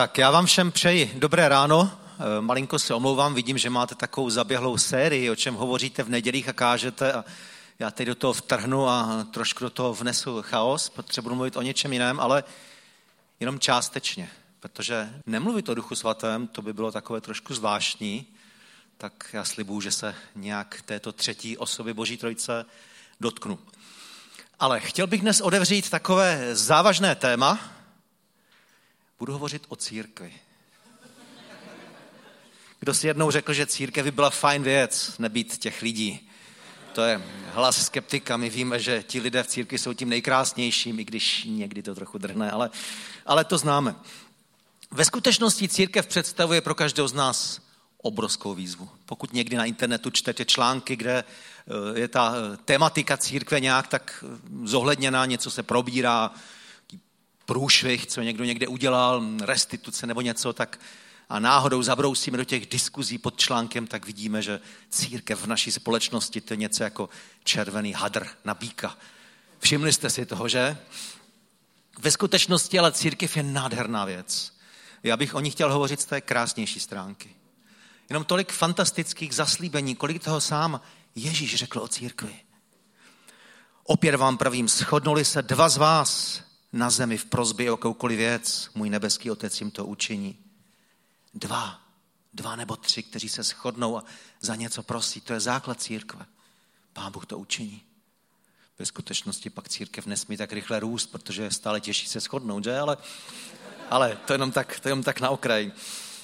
Tak já vám všem přeji dobré ráno. Malinko se omlouvám, vidím, že máte takovou zaběhlou sérii, o čem hovoříte v nedělích a kážete a já teď do toho vtrhnu a trošku do toho vnesu chaos, protože budu mluvit o něčem jiném, ale jenom částečně, protože nemluvit o Duchu svatém, to by bylo takové trošku zvláštní, tak já slibuju, že se nějak této třetí osoby Boží trojice dotknu. Ale chtěl bych dnes otevřít takové závažné téma. Budu hovořit o církvi. Kdo si jednou řekl, že církev by byla fajn věc, nebýt těch lidí. To je hlas skeptika. My víme, že ti lidé v církvi jsou tím nejkrásnějším, i když někdy to trochu drhne, ale to známe. Ve skutečnosti církev představuje pro každého z nás obrovskou výzvu. Pokud někdy na internetu čtete články, kde je ta tematika církve nějak tak zohledněná, něco se probírá, průšvih, co někdo někde udělal, restituce nebo něco, tak a náhodou zabrousíme do těch diskuzí pod článkem, tak vidíme, že církev v naší společnosti to je něco jako červený hadr na býka. Všimli jste si toho, že? Ve skutečnosti ale církev je nádherná věc. Já bych o ní chtěl hovořit z té krásnější stránky. Jenom tolik fantastických zaslíbení, kolik toho sám Ježíš řekl o církvi. Opět vám pravím, shodnuli se dva z vás na zemi v prosbě o jakoukoliv věc, můj nebeský otec jim to učiní. Dva nebo tři, kteří se shodnou a za něco prosí, to je základ církve. Pán Bůh to učiní. Ve skutečnosti pak církev nesmí tak rychle růst, protože je stále těžší se shodnout, že? Ale to jenom tak na okraj.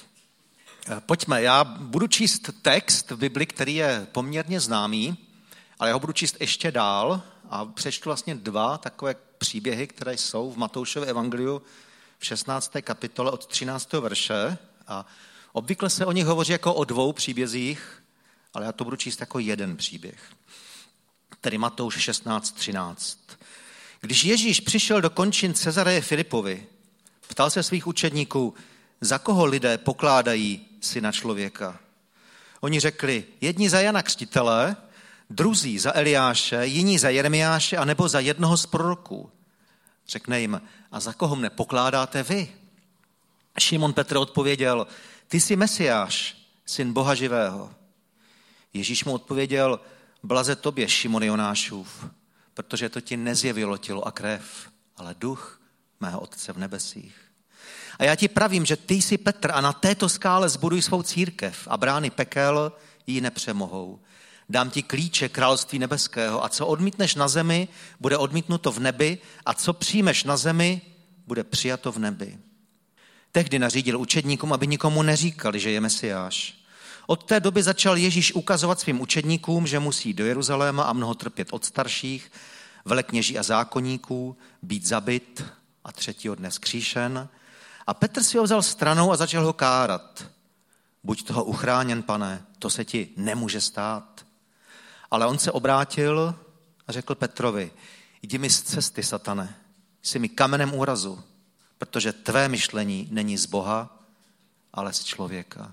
Pojďme, já budu číst text v Bibli, který je poměrně známý, ale já ho budu číst ještě dál a přečtu vlastně dva takové příběhy, které jsou v Matoušově evangeliu v 16. kapitole od 13. verše a obvykle se o nich hovoří jako o dvou příbězích, ale já to budu číst jako jeden příběh. Tedy Matouš 16:13. Když Ježíš přišel do končin Cezareje Filipovi, ptal se svých učedníků, za koho lidé pokládají syna člověka. Oni řekli, jedni za Jana Křtitele, druzí za Eliáše, jiní za Jeremiáše a nebo za jednoho z proroků. Řekne jim, a za koho mne pokládáte vy? Šimon Petr odpověděl, ty jsi Mesiáš, syn Boha živého. Ježíš mu odpověděl, blaze tobě, Šimon Jonášův, protože to ti nezjevilo tělo a krev, ale duch mého Otce v nebesích. A já ti pravím, že ty jsi Petr a na této skále zbuduj svou církev a brány pekel ji nepřemohou. Dám ti klíče království nebeského a co odmítneš na zemi, bude odmítnuto v nebi a co přijmeš na zemi, bude přijato v nebi. Tehdy nařídil učedníkům, aby nikomu neříkali, že je Mesiáš. Od té doby začal Ježíš ukazovat svým učedníkům, že musí do Jeruzaléma a mnoho trpět od starších, velekněží a zákonníků, být zabit a třetího dne vzkříšen. A Petr si ho vzal stranou a začal ho kárat. Buď toho uchráněn, pane, to se ti nemůže stát. Ale on se obrátil a řekl Petrovi, jdi mi z cesty, satane, jsi mi kamenem úrazu, protože tvé myšlení není z Boha, ale z člověka.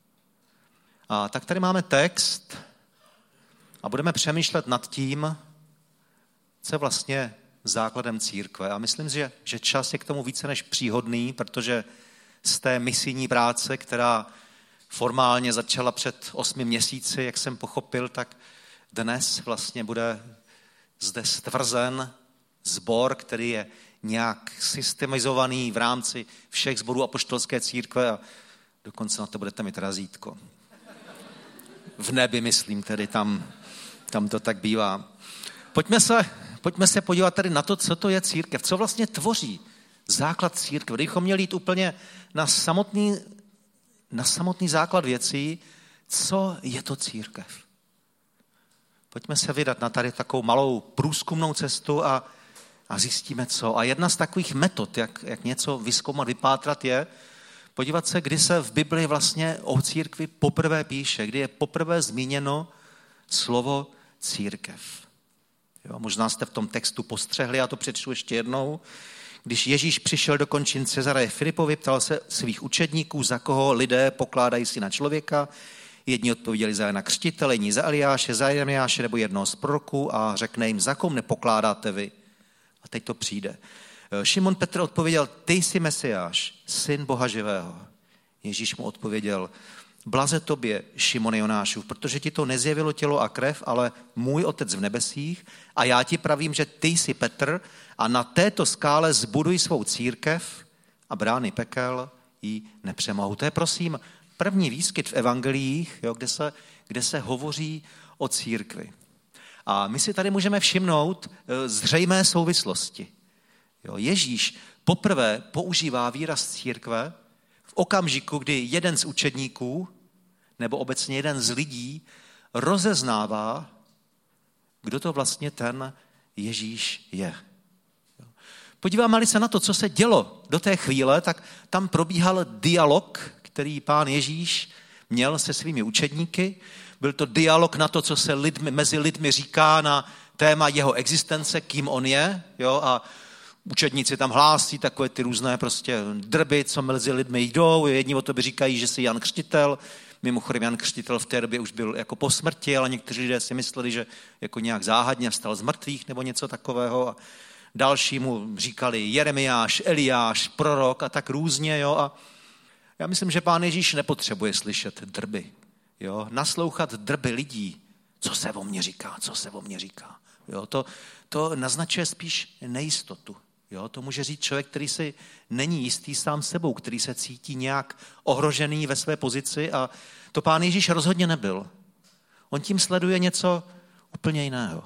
A tak tady máme text a budeme přemýšlet nad tím, co je vlastně základem církve. A myslím si, že čas je k tomu více než příhodný, protože z té misijní práce, která formálně začala před 8 měsíci, jak jsem pochopil, tak dnes vlastně bude zde stvrzen sbor, který je nějak systemizovaný v rámci všech sborů apoštolské církve a dokonce na to budete mít razítko. V nebi, myslím, tedy tam to tak bývá. Pojďme se podívat tady na to, co to je církev, co vlastně tvoří základ církve. Kdybychom měli jít úplně na samotný základ věcí, co je to církev. Pojďme se vydat na tady takovou malou průzkumnou cestu a zjistíme co. A jedna z takových metod, jak něco vyzkoumat, vypátrat je, podívat se, kdy se v Bibli vlastně o církvi poprvé píše, kdy je poprvé zmíněno slovo církev. Jo, možná jste v tom textu postřehli, já to přečtu ještě jednou. Když Ježíš přišel do končin Cezareje Filipovi, ptal se svých učedníků, za koho lidé pokládají syna člověka. Jedni odpověděli za Jana Křtitele, jiní za Eliáše, za Jeremiáše nebo jednoho z proroků a řekne jim, za koho mne pokládáte vy. A teď to přijde. Šimon Petr odpověděl, ty jsi Mesiáš, syn Boha živého. Ježíš mu odpověděl, blaze tobě, Šimone Jonášův, protože ti to nezjevilo tělo a krev, ale můj Otec v nebesích. A já ti pravím, že ty jsi Petr a na této skále zbuduj svou církev a brány pekel ji nepřemohou. To je, prosím, první výskyt v evangeliích, jo, kde se hovoří o církvi. A my si tady můžeme všimnout zřejmé souvislosti. Jo, Ježíš poprvé používá výraz církve v okamžiku, kdy jeden z učedníků nebo obecně jeden z lidí rozeznává, kdo to vlastně ten Ježíš je. Podíváme-li se na to, co se dělo do té chvíle, tak tam probíhal dialog, který pán Ježíš měl se svými učedníky. Byl to dialog na to, co se mezi lidmi říká na téma jeho existence, kým on je. Jo? A učedníci tam hlásí takové ty různé prostě drby, co mezi lidmi jdou. Jedni o tobě říkají, že jsi Jan Křtitel. Mimochodem Jan Křtitel v té době už byl jako po smrti, ale někteří lidé si mysleli, že jako nějak záhadně vstal z mrtvých nebo něco takového. A další mu říkali Jeremiáš, Eliáš, prorok a tak různě. Jo? A já myslím, že pán Ježíš nepotřebuje slyšet drby. Jo? Naslouchat drby lidí. Co se o mně říká, co se o mně říká. Jo? To naznačuje spíš nejistotu. Jo? To může říct člověk, který si není jistý sám sebou, který se cítí nějak ohrožený ve své pozici a to pán Ježíš rozhodně nebyl. On tím sleduje něco úplně jiného.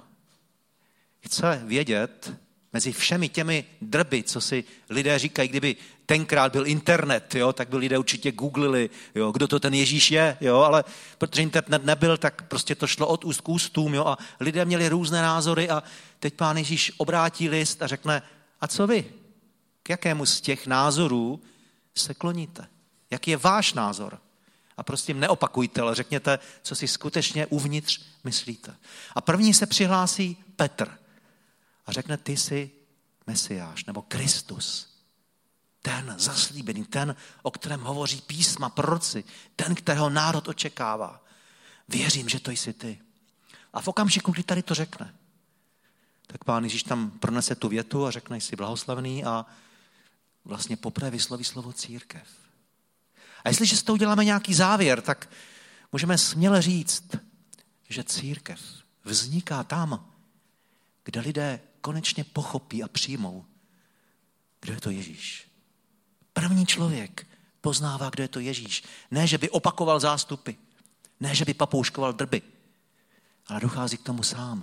Chce vědět mezi všemi těmi drby, co si lidé říkají, kdyby tenkrát byl internet, jo, tak by lidé určitě googlili, jo, kdo to ten Ježíš je, jo, ale protože internet nebyl, tak prostě to šlo od úst k ústům, jo, a lidé měli různé názory a teď pán Ježíš obrátí list a řekne, a co vy? K jakému z těch názorů se kloníte? Jaký je váš názor? A prostě neopakujte, ale řekněte, co si skutečně uvnitř myslíte. A první se přihlásí Petr a řekne, ty jsi Mesiáš nebo Kristus. Ten zaslíbený, ten, o kterém hovoří písma, proroci, ten, kterého národ očekává. Věřím, že to jsi ty. A v okamžiku, kdy tady to řekne, tak pán Ježíš tam pronese tu větu a řekne, jsi blahoslavený a vlastně poprvé vysloví slovo církev. A jestliže s tou děláme nějaký závěr, tak můžeme směle říct, že církev vzniká tam, kde lidé konečně pochopí a přijmou, kdo je to Ježíš. První člověk poznává, kdo je to Ježíš. Ne, že by opakoval zástupy, ne, že by papouškoval drby, ale dochází k tomu sám.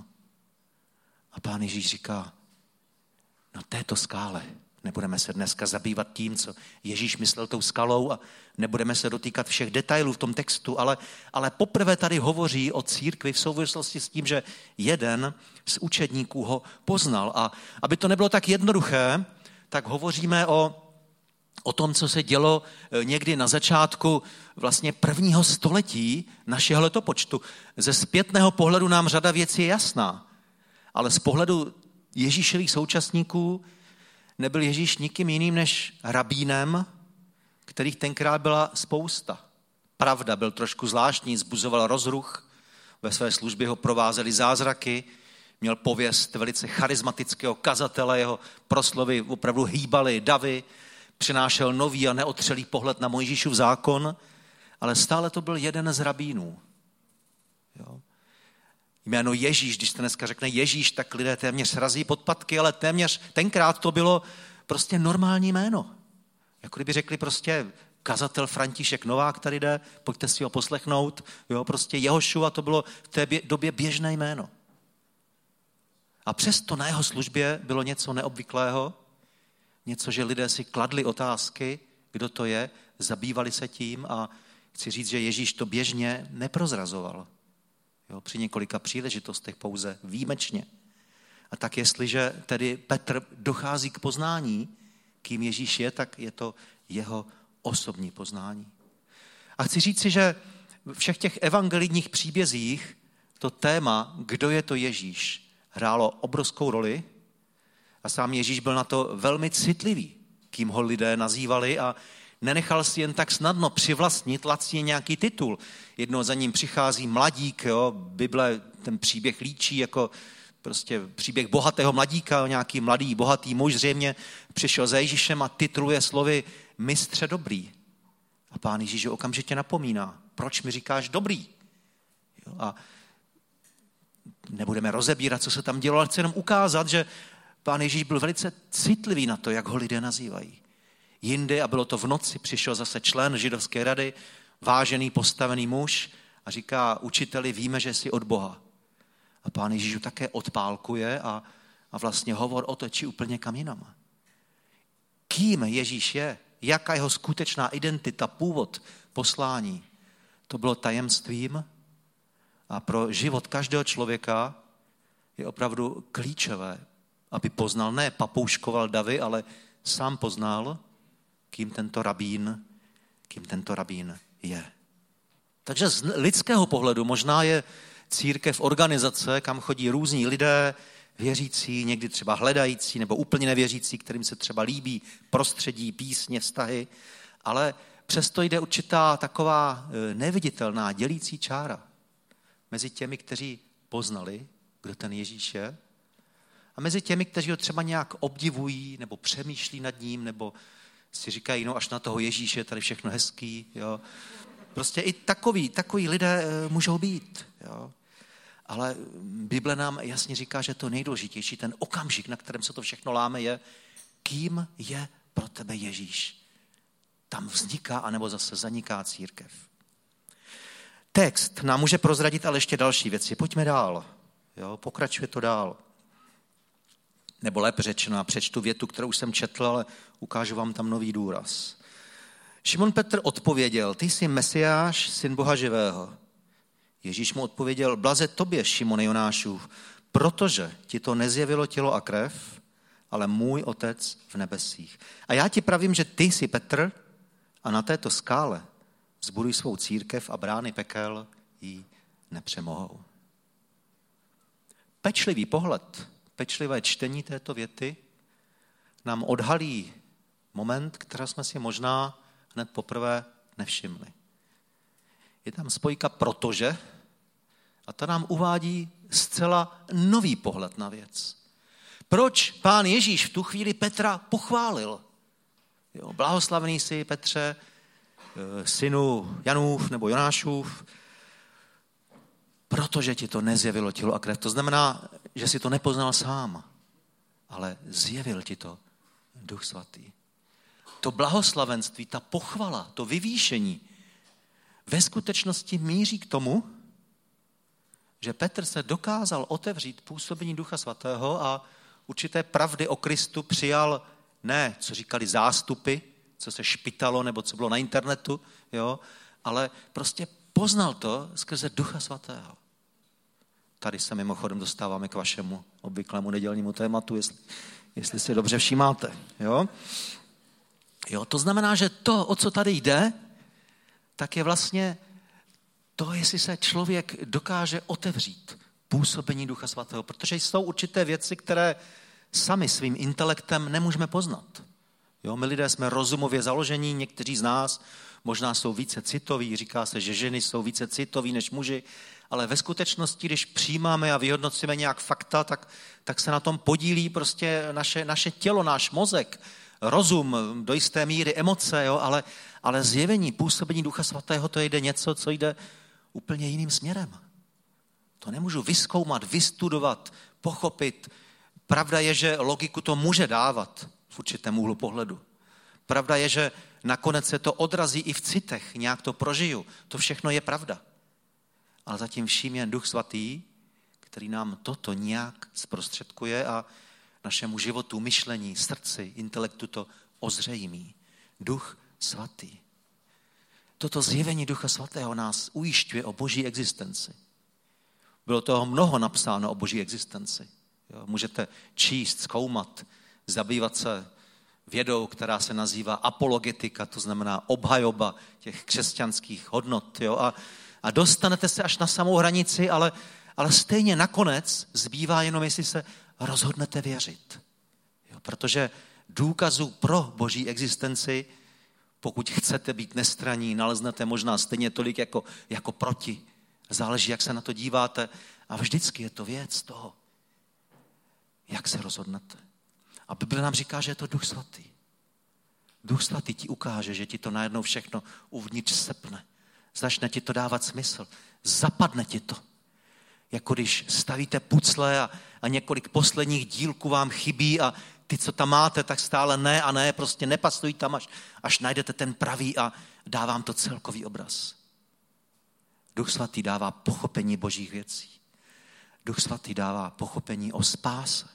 A pán Ježíš říká, na této skále nebudeme se dneska zabývat tím, co Ježíš myslel tou skalou a nebudeme se dotýkat všech detailů v tom textu, ale poprvé tady hovoří o církvi v souvislosti s tím, že jeden z učedníků ho poznal. A aby to nebylo tak jednoduché, tak hovoříme o tom, co se dělo někdy na začátku vlastně 1. století našeho letopočtu. Ze zpětného pohledu nám řada věcí je jasná, ale z pohledu Ježíšových současníků nebyl Ježíš nikým jiným než rabínem, kterých tenkrát byla spousta. Pravda, byl trošku zvláštní, vzbuzoval rozruch, ve své službě ho provázely zázraky, měl pověst velice charismatického kazatele, jeho proslovy opravdu hýbaly davy, přinášel nový a neotřelý pohled na Mojžíšův zákon, ale stále to byl jeden z rabínů. Jo. Jméno Ježíš, když se dneska řekne Ježíš, tak lidé téměř srazí podpatky, ale téměř tenkrát to bylo prostě normální jméno. Jako kdyby řekli prostě kazatel František Novák tady jde, pojďte si ho poslechnout, jo, prostě Jehošua, to bylo v té době běžné jméno. A přesto na jeho službě bylo něco neobvyklého, něco, že lidé si kladli otázky, kdo to je, zabývali se tím a chci říct, že Ježíš to běžně neprozrazoval. Jo, při několika příležitostech pouze výjimečně. A tak jestliže tedy Petr dochází k poznání, kým Ježíš je, tak je to jeho osobní poznání. A chci říct si, že v všech těch evangelijních příbězích to téma, kdo je to Ježíš, hrálo obrovskou roli a sám Ježíš byl na to velmi citlivý, kým ho lidé nazývali a nenechal si jen tak snadno přivlastnit lacně nějaký titul. Jednou za ním přichází mladík, jo, Bible ten příběh líčí jako prostě příběh bohatého mladíka, nějaký mladý, bohatý muž zřejmě přišel za Ježíšem a tituluje slovy mistře dobrý. A Pán Ježíš ho okamžitě napomíná. Proč mi říkáš dobrý? Jo, a nebudeme rozebírat, co se tam dělo, ale chci jenom ukázat, že Pán Ježíš byl velice citlivý na to, jak ho lidé nazývají. Jindy, a bylo to v noci, přišel zase člen židovské rady, vážený, postavený muž a říká, učiteli, víme, že jsi od Boha. A Pán Ježíš ho také odpálkuje a vlastně hovor otočí úplně kam jinam. Kým Ježíš je, jaká jeho skutečná identita, původ, poslání, to bylo tajemstvím a pro život každého člověka je opravdu klíčové, aby poznal, ne papouškoval davy, ale sám poznal, kým tento rabín je. Takže z lidského pohledu možná je církev organizace, kam chodí různí lidé, věřící, někdy třeba hledající nebo úplně nevěřící, kterým se třeba líbí prostředí, písně, vztahy, ale přesto jde určitá taková neviditelná dělící čára mezi těmi, kteří poznali, kdo ten Ježíš je, a mezi těmi, kteří ho třeba nějak obdivují nebo přemýšlí nad ním, nebo si říkají, no až na toho Ježíše, tady všechno hezký. Jo. Prostě i takový lidé můžou být. Jo. Ale Bible nám jasně říká, že to nejdůležitější, ten okamžik, na kterém se to všechno láme, je, kým je pro tebe Ježíš. Tam vzniká, anebo zase zaniká církev. Text nám může prozradit ale ještě další věci. Pojďme dál. Jo, pokračuje to dál. Nebo lépe řečeno, přečtu větu, kterou jsem četl, ale ukážu vám tam nový důraz. Šimon Petr odpověděl, ty jsi Mesiáš, syn Boha živého. Ježíš mu odpověděl, blaze tobě, Šimone Jonášův, protože ti to nezjevilo tělo a krev, ale můj Otec v nebesích. A já ti pravím, že ty jsi Petr a na této skále vzbuduj svou církev a brány pekel jí nepřemohou. Pečlivý pohled, pečlivé čtení této věty nám odhalí moment, který jsme si možná hned poprvé nevšimli. Je tam spojka protože a ta nám uvádí zcela nový pohled na věc. Proč Pán Ježíš v tu chvíli Petra pochválil? Jo, blahoslavený jsi, Petře, synu Janův nebo Jonášův, protože ti to nezjevilo tělo a krev. To znamená, že si to nepoznal sám, ale zjevil ti to Duch Svatý. To blahoslavenství, ta pochvala, to vyvýšení ve skutečnosti míří k tomu, že Petr se dokázal otevřít působení Ducha Svatého a určité pravdy o Kristu přijal ne, co říkali zástupy, co se špitalo nebo co bylo na internetu, jo, ale prostě poznal to skrze Ducha Svatého. Tady se mimochodem dostáváme k vašemu obvyklému nedělnímu tématu, jestli si dobře všímáte. Jo, to znamená, že to, o co tady jde, tak je vlastně to, jestli se člověk dokáže otevřít působení Ducha Svatého, protože jsou určité věci, které sami svým intelektem nemůžeme poznat. Jo, my lidé jsme rozumově založení, někteří z nás možná jsou více citoví, říká se, že ženy jsou více citoví než muži, ale ve skutečnosti, když přijímáme a vyhodnocujeme nějak fakta, tak se na tom podílí prostě naše tělo, náš mozek, rozum, do jisté míry emoce, jo, ale zjevení, působení Ducha Svatého, to jde něco, co jde úplně jiným směrem. To nemůžu vyzkoumat, vystudovat, pochopit. Pravda je, že logiku to může dávat v určitém úhlu pohledu. Pravda je, že nakonec se to odrazí i v citech, nějak to prožiju. To všechno je pravda. Ale zatím vším je Duch Svatý, který nám toto nějak zprostředkuje a našemu životu, myšlení, srdci, intelektu to ozřejmí. Duch Svatý. Toto zjevení Ducha Svatého nás ujišťuje o Boží existenci. Bylo toho mnoho napsáno o Boží existenci. Jo, můžete číst, zkoumat, zabývat se vědou, která se nazývá apologetika, to znamená obhajoba těch křesťanských hodnot. Jo, a dostanete se až na samou hranici, ale stejně nakonec zbývá jenom, jestli se rozhodnete věřit. Jo, protože důkazů pro Boží existenci, pokud chcete být nestranní, naleznete možná stejně tolik jako proti. Záleží, jak se na to díváte. A vždycky je to věc toho, Jak se rozhodnete? A Bible nám říká, že je to Duch Svatý. Duch Svatý ti ukáže, že ti to najednou všechno uvnitř sepne. Začne ti to dávat smysl. Zapadne ti to. Jako když stavíte pucle a několik posledních dílků vám chybí a ty, co tam máte, tak stále ne a ne, prostě nepasují tam, až najdete ten pravý a dá vám to celkový obraz. Duch Svatý dává pochopení božích věcí. Duch Svatý dává pochopení o spáse.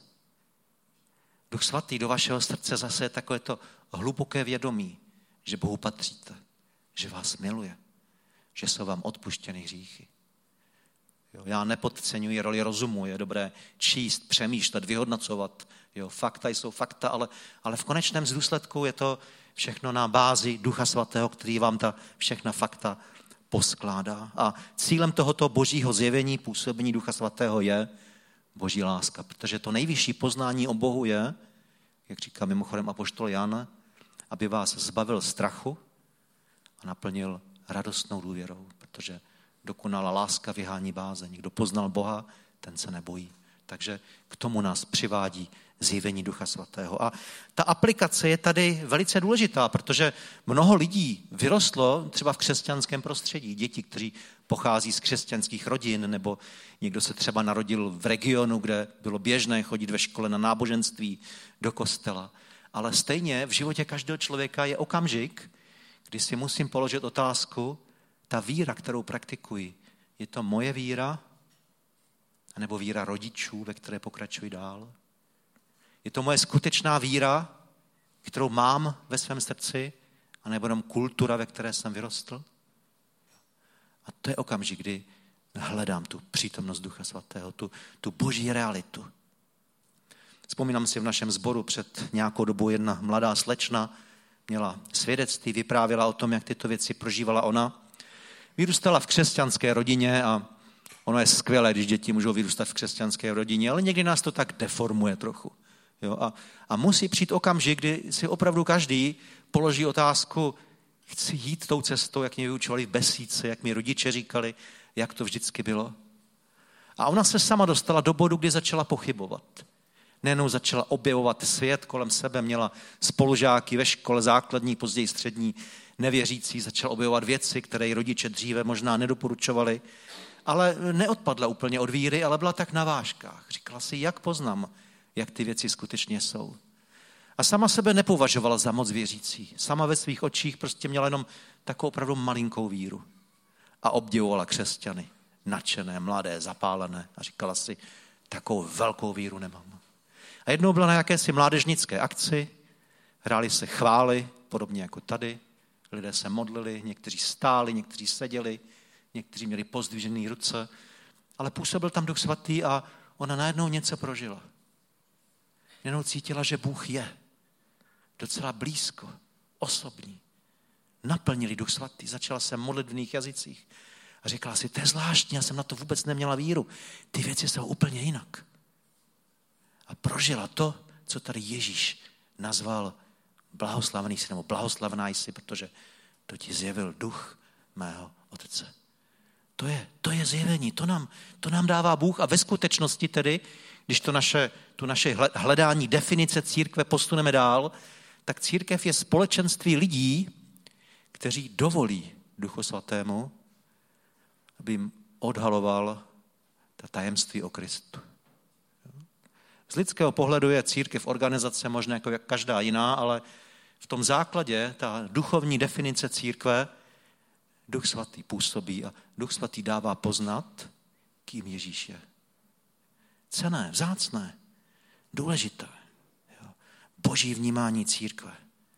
Duch Svatý do vašeho srdce zase je takové to hluboké vědomí, že Bohu patříte, že vás miluje, že jsou vám odpuštěny hříchy. Jo, já nepodceňuji roli rozumu, je dobré číst, přemýšlet, vyhodnocovat. Jo, fakta jsou fakta, ale v konečném důsledku je to všechno na bázi Ducha Svatého, který vám ta všechna fakta poskládá. A cílem tohoto božího zjevení, působení Ducha Svatého je boží láska, protože to nejvyšší poznání o Bohu je, jak říká mimochodem apoštol Jan, aby vás zbavil strachu a naplnil radostnou důvěrou, protože dokonalá láska vyhání bázeň. Kdo poznal Boha, ten se nebojí. Takže k tomu nás přivádí zjevení Ducha Svatého. A ta aplikace je tady velice důležitá, protože mnoho lidí vyrostlo třeba v křesťanském prostředí. Děti, kteří pochází z křesťanských rodin, nebo někdo se třeba narodil v regionu, kde bylo běžné chodit ve škole na náboženství, do kostela. Ale stejně v životě každého člověka je okamžik, kdy si musím položit otázku, ta víra, kterou praktikuji, je to moje víra, anebo víra rodičů, ve které pokračuji dál? Je to moje skutečná víra, kterou mám ve svém srdci, anebo jenom kultura, ve které jsem vyrostl? A to je okamžik, kdy hledám tu přítomnost Ducha Svatého, tu boží realitu. Vzpomínám si v našem sboru před nějakou dobou jedna mladá slečna měla svědectví, vyprávěla o tom, jak tyto věci prožívala ona. Vyrůstala v křesťanské rodině a ono je skvělé, když děti můžou vyrůstat v křesťanské rodině, ale někdy nás to tak deformuje trochu. Jo? A musí přijít okamžik, kdy si opravdu každý položí otázku, chci jít tou cestou, jak mě vyučovali v besídce, jak mi rodiče říkali, jak to vždycky bylo. A ona se sama dostala do bodu, kdy začala pochybovat. Nejenom začala objevovat svět kolem sebe, měla spolužáky ve škole základní, později střední, nevěřící, začala objevovat věci, které jí rodiče dříve možná nedoporučovali, ale neodpadla úplně od víry, ale byla tak na vážkách. Říkala si, jak poznám, jak ty věci skutečně jsou. A sama sebe nepovažovala za moc věřící. Sama ve svých očích prostě měla jenom takovou opravdu malinkou víru. A obdivovala křesťany, nadšené, mladé, zapálené. A říkala si, takovou velkou víru nemám. A jednou byla na jakési mládežnické akci, hráli se chvály, podobně jako tady. Lidé se modlili, někteří stáli, někteří seděli, někteří měli pozdvižené ruce, ale působil tam Duch Svatý a ona najednou něco prožila. Najednou cítila, že Bůh je docela blízko, osobní. Naplnili Duch Svatý, začala se modlit v jiných jazycích a říkala si, to je zvláštní, já jsem na to vůbec neměla víru. Ty věci jsou úplně jinak. A prožila to, co tady Ježíš nazval blahoslavený jsi, nebo blahoslavná jsi, protože to ti zjevil Duch mého Otce. To je zjevení, to nám dává Bůh a ve skutečnosti tedy, když tu naše hledání definice církve posuneme dál, tak církev je společenství lidí, kteří dovolí Duchu Svatému, aby jim odhaloval ta tajemství o Kristu. Z lidského pohledu je církev organizace možná jako každá jiná, ale v tom základě ta duchovní definice církve Duch Svatý působí a Duch Svatý dává poznat, kým Ježíš je. Cenné, vzácné, důležité. Jo. Boží vnímání církve.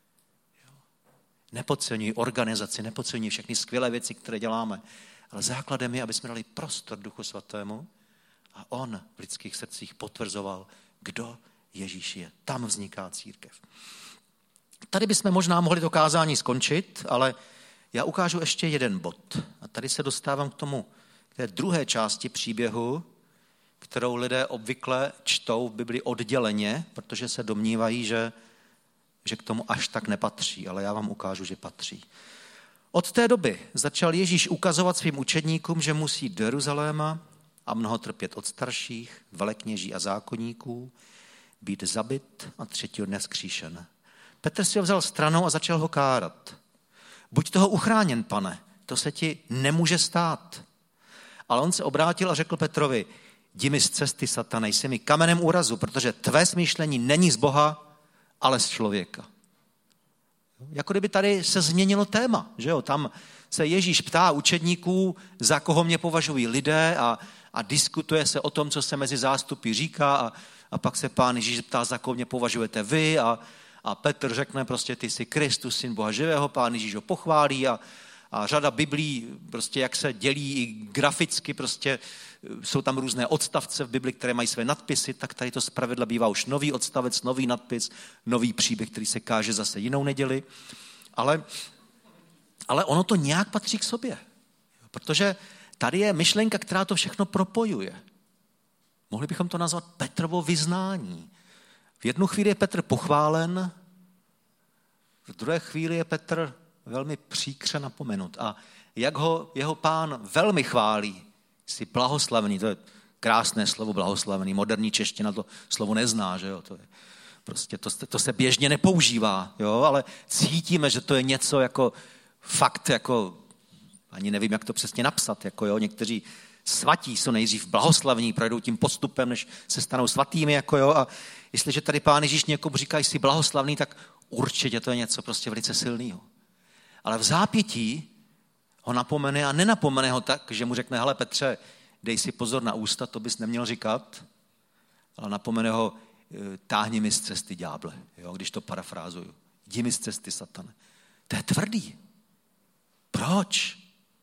Nepodceňuji organizaci, nepodceňuji všechny skvělé věci, které děláme, ale základem je, aby jsme dali prostor Duchu Svatému a on v lidských srdcích potvrzoval, kdo Ježíš je. Tam vzniká církev. Tady bychom možná mohli to kázání skončit, ale já ukážu ještě jeden bod. A tady se dostávám k té druhé části příběhu, kterou lidé obvykle čtou v Bibli odděleně, protože se domnívají, že k tomu až tak nepatří, ale já vám ukážu, že patří. Od té doby začal Ježíš ukazovat svým učedníkům, že musí do Jeruzaléma a mnoho trpět od starších, velekněží a zákonníků být zabit a 3. dne vzkříšen. Petr si ho vzal stranou a začal ho kárat. Buď toho uchráněn, pane, to se ti nemůže stát. Ale on se obrátil a řekl Petrovi, jdi mi z cesty, satane, jsi mi kamenem úrazu, protože tvé smýšlení není z Boha, ale z člověka. Jako kdyby tady se změnilo téma, že jo? Tam se Ježíš ptá učedníků, za koho mě považují lidé a diskutuje se o tom, co se mezi zástupy říká a pak se pán Ježíš ptá, za koho mě považujete vy a Petr řekne prostě, ty jsi Kristus, syn Boha živého, pán Ježíš ho pochválí a řada Biblí, prostě jak se dělí i graficky, prostě jsou tam různé odstavce v Bibli, které mají své nadpisy, tak tady to zpravidla bývá už nový odstavec, nový nadpis, nový příběh, který se káže zase jinou neděli. Ale ono to nějak patří k sobě, protože tady je myšlenka, která to všechno propojuje. Mohli bychom to nazvat Petrovo vyznání. V jednu chvíli je Petr pochválen, v druhé chvíli je Petr velmi příkře napomenut. A jak ho jeho pán velmi chválí, jsi blahoslavený, to je krásné slovo blahoslavený, moderní čeština to slovo nezná, že jo, to je prostě to se běžně nepoužívá, jo, ale cítíme, že to je něco jako fakt, jako ani nevím, jak to přesně napsat, jako jo, někteří svatí jsou nejdřív blahoslavní, projdou tím postupem, než se stanou svatými, jako jo, a jestliže tady pán Ježíš někomu říká, jsi blahoslavný, tak určitě to je něco prostě velice silného. Ale v zápětí ho napomene a nenapomene ho tak, že mu řekne, hele Petře, dej si pozor na ústa, to bys neměl říkat, ale napomene ho, táhni mi z cesty, ďáble, jo, když to parafrázuju. Jdi mi z cesty, satane. To je tvrdý. Proč?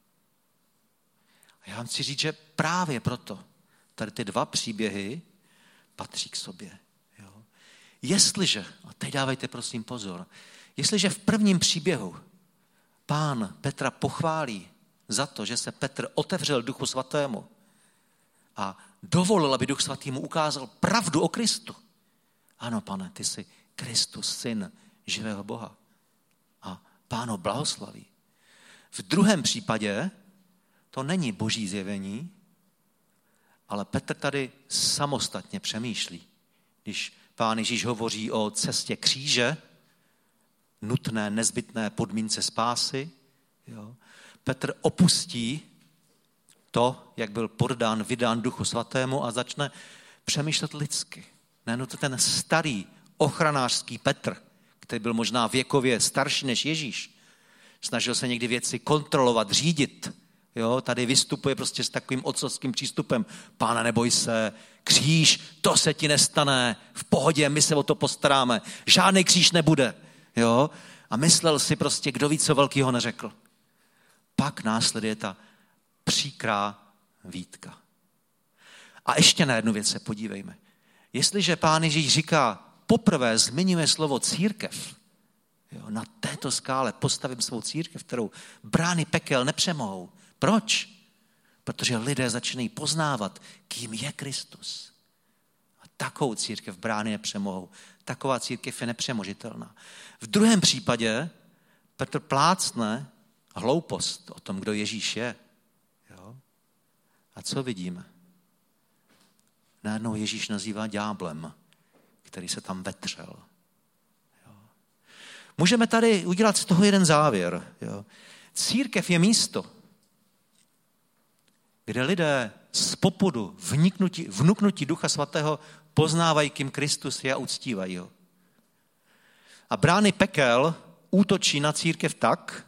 A já vám chci říct, že právě proto tady ty dva příběhy patří k sobě. Jo. Jestliže, a teď dávejte prosím pozor, jestliže v prvním příběhu pán Petra pochválí za to, že se Petr otevřel Duchu Svatému a dovolil, aby Duch Svatý mu ukázal pravdu o Kristu. Ano, pane, ty jsi Kristus, syn živého Boha. A pán ho blahoslaví. V druhém případě to není boží zjevení, ale Petr tady samostatně přemýšlí. Když pán Ježíš hovoří o cestě kříže, nutné, nezbytné podmínce spásy, jo, Petr opustí to, jak byl poddán, vydán Duchu Svatému a začne přemýšlet lidsky. Ne, to ten starý ochranářský Petr, který byl možná věkově starší než Ježíš, snažil se někdy věci kontrolovat, řídit. Jo, tady vystupuje prostě s takovým otcovským přístupem. Páne, neboj se, kříž, to se ti nestane, v pohodě, my se o to postaráme, žádný kříž nebude. Jo? A myslel si prostě, kdo ví, co velkýho neřekl. Pak následuje ta příkrá výtka. A ještě na jednu věc se podívejme. Jestliže pán Ježíš říká, poprvé zmiňuje slovo církev, jo, na této skále postavím svou církev, kterou brány pekel nepřemohou. Proč? Protože lidé začínají poznávat, kým je Kristus. A takovou církev brány nepřemohou. Taková církev je nepřemožitelná. V druhém případě Petr plácne hloupost o tom, kdo Ježíš je. Jo? A co vidíme? Najednou Ježíš nazývá ďáblem, který se tam vetřel. Jo? Můžeme tady udělat z toho jeden závěr. Jo? Církev je místo, kde lidé z popudu vnuknutí Ducha Svatého poznávají, kým Kristus je a uctívají ho. A brány pekel útočí na církev tak,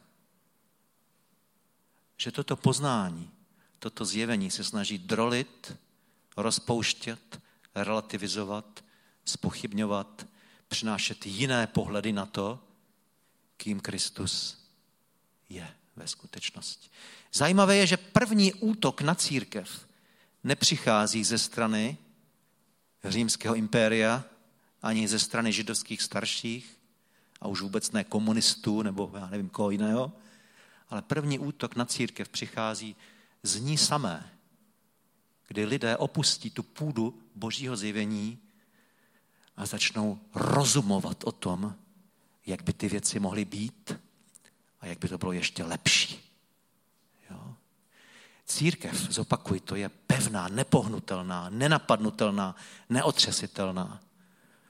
že toto poznání, toto zjevení se snaží drolit, rozpouštět, relativizovat, zpochybňovat, přinášet jiné pohledy na to, kým Kristus je ve skutečnosti. Zajímavé je, že první útok na církev nepřichází ze strany římského impéria, ani ze strany židovských starších, a už vůbec ne komunistů, nebo já nevím koho jiného, ale první útok na církev přichází z ní samé, kdy lidé opustí tu půdu božího zjevení a začnou rozumovat o tom, jak by ty věci mohly být a jak by to bylo ještě lepší. Jo? Církev, zopakuj, to je pevná, nepohnutelná, nenapadnutelná, neotřesitelná.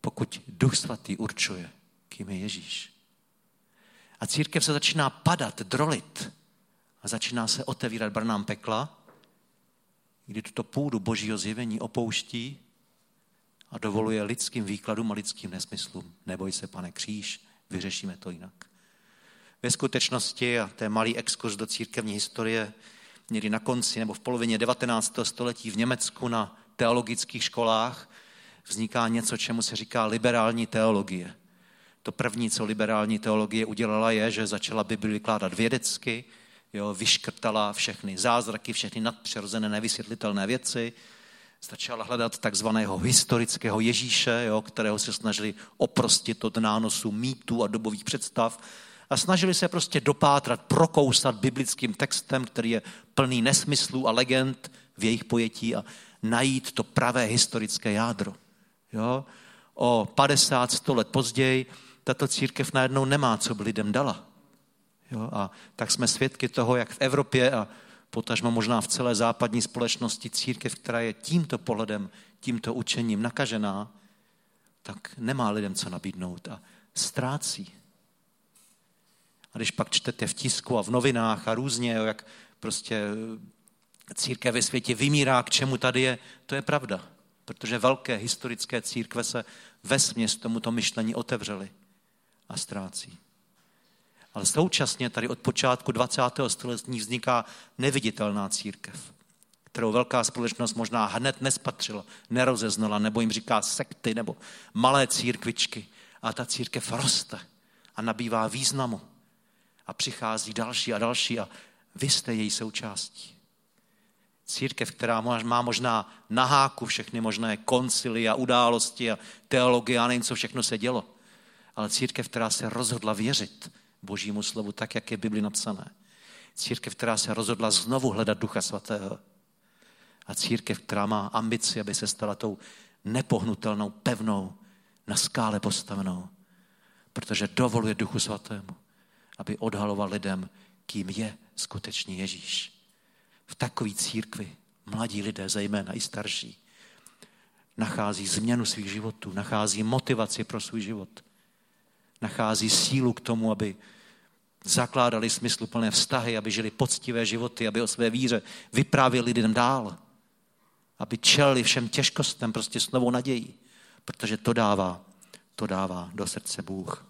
pokud Duch Svatý určuje, kým je Ježíš. A církev se začíná padat, drolit a začíná se otevírat bránám pekla, kdy tuto půdu Božího zjevení opouští a dovoluje lidským výkladům a lidským nesmyslům. Neboj se, pane, kříž, vyřešíme to jinak. Ve skutečnosti, a to je malý exkurs do církevní historie, někdy na konci nebo v polovině 19. století v Německu na teologických školách vzniká něco, čemu se říká liberální teologie. To první, co liberální teologie udělala, je, že začala Bibli vykládat vědecky, vyškrtala všechny zázraky, všechny nadpřirozené nevysvětlitelné věci, začala hledat takzvaného historického Ježíše, kterého se snažili oprostit od nánosu mýtů a dobových představ a snažili se prostě dopátrat, prokousat biblickým textem, který je plný nesmyslů a legend v jejich pojetí a najít to pravé historické jádro. O 50-100 let později tato církev najednou nemá, co by lidem dala. A tak jsme svědky toho, jak v Evropě a potažmo možná v celé západní společnosti církev, která je tímto pohledem, tímto učením nakažená, tak nemá lidem co nabídnout a ztrácí. A když pak čtete v tisku a v novinách a různě, jak prostě církev ve světě vymírá, k čemu tady je, to je pravda. Protože velké historické církve se vesměs tomuto myšlení otevřely a ztrácí. Ale současně tady od počátku 20. století vzniká neviditelná církev, kterou velká společnost možná hned nespatřila, nerozeznala, nebo jim říká sekty nebo malé církvičky. A ta církev roste a nabývá významu. A přichází další a další a vy jste její součástí. Církev, která má možná na háku všechny možné koncily a události a teologie a nevím, co všechno se dělo. Ale církev, která se rozhodla věřit Božímu slovu tak, jak je v Bibli napsané. Církev, která se rozhodla znovu hledat Ducha Svatého. A církev, která má ambici, aby se stala tou nepohnutelnou, pevnou, na skále postavenou. Protože dovoluje Duchu Svatému, aby odhaloval lidem, kým je skutečný Ježíš. V takové církvi mladí lidé, zejména i starší, nachází změnu svých životů, nachází motivaci pro svůj život, nachází sílu k tomu, aby zakládali smysluplné vztahy, aby žili poctivé životy, aby o své víře vyprávěli lidem dál, aby čelili všem těžkostem prostě s novou nadějí, protože to dává do srdce Bůh.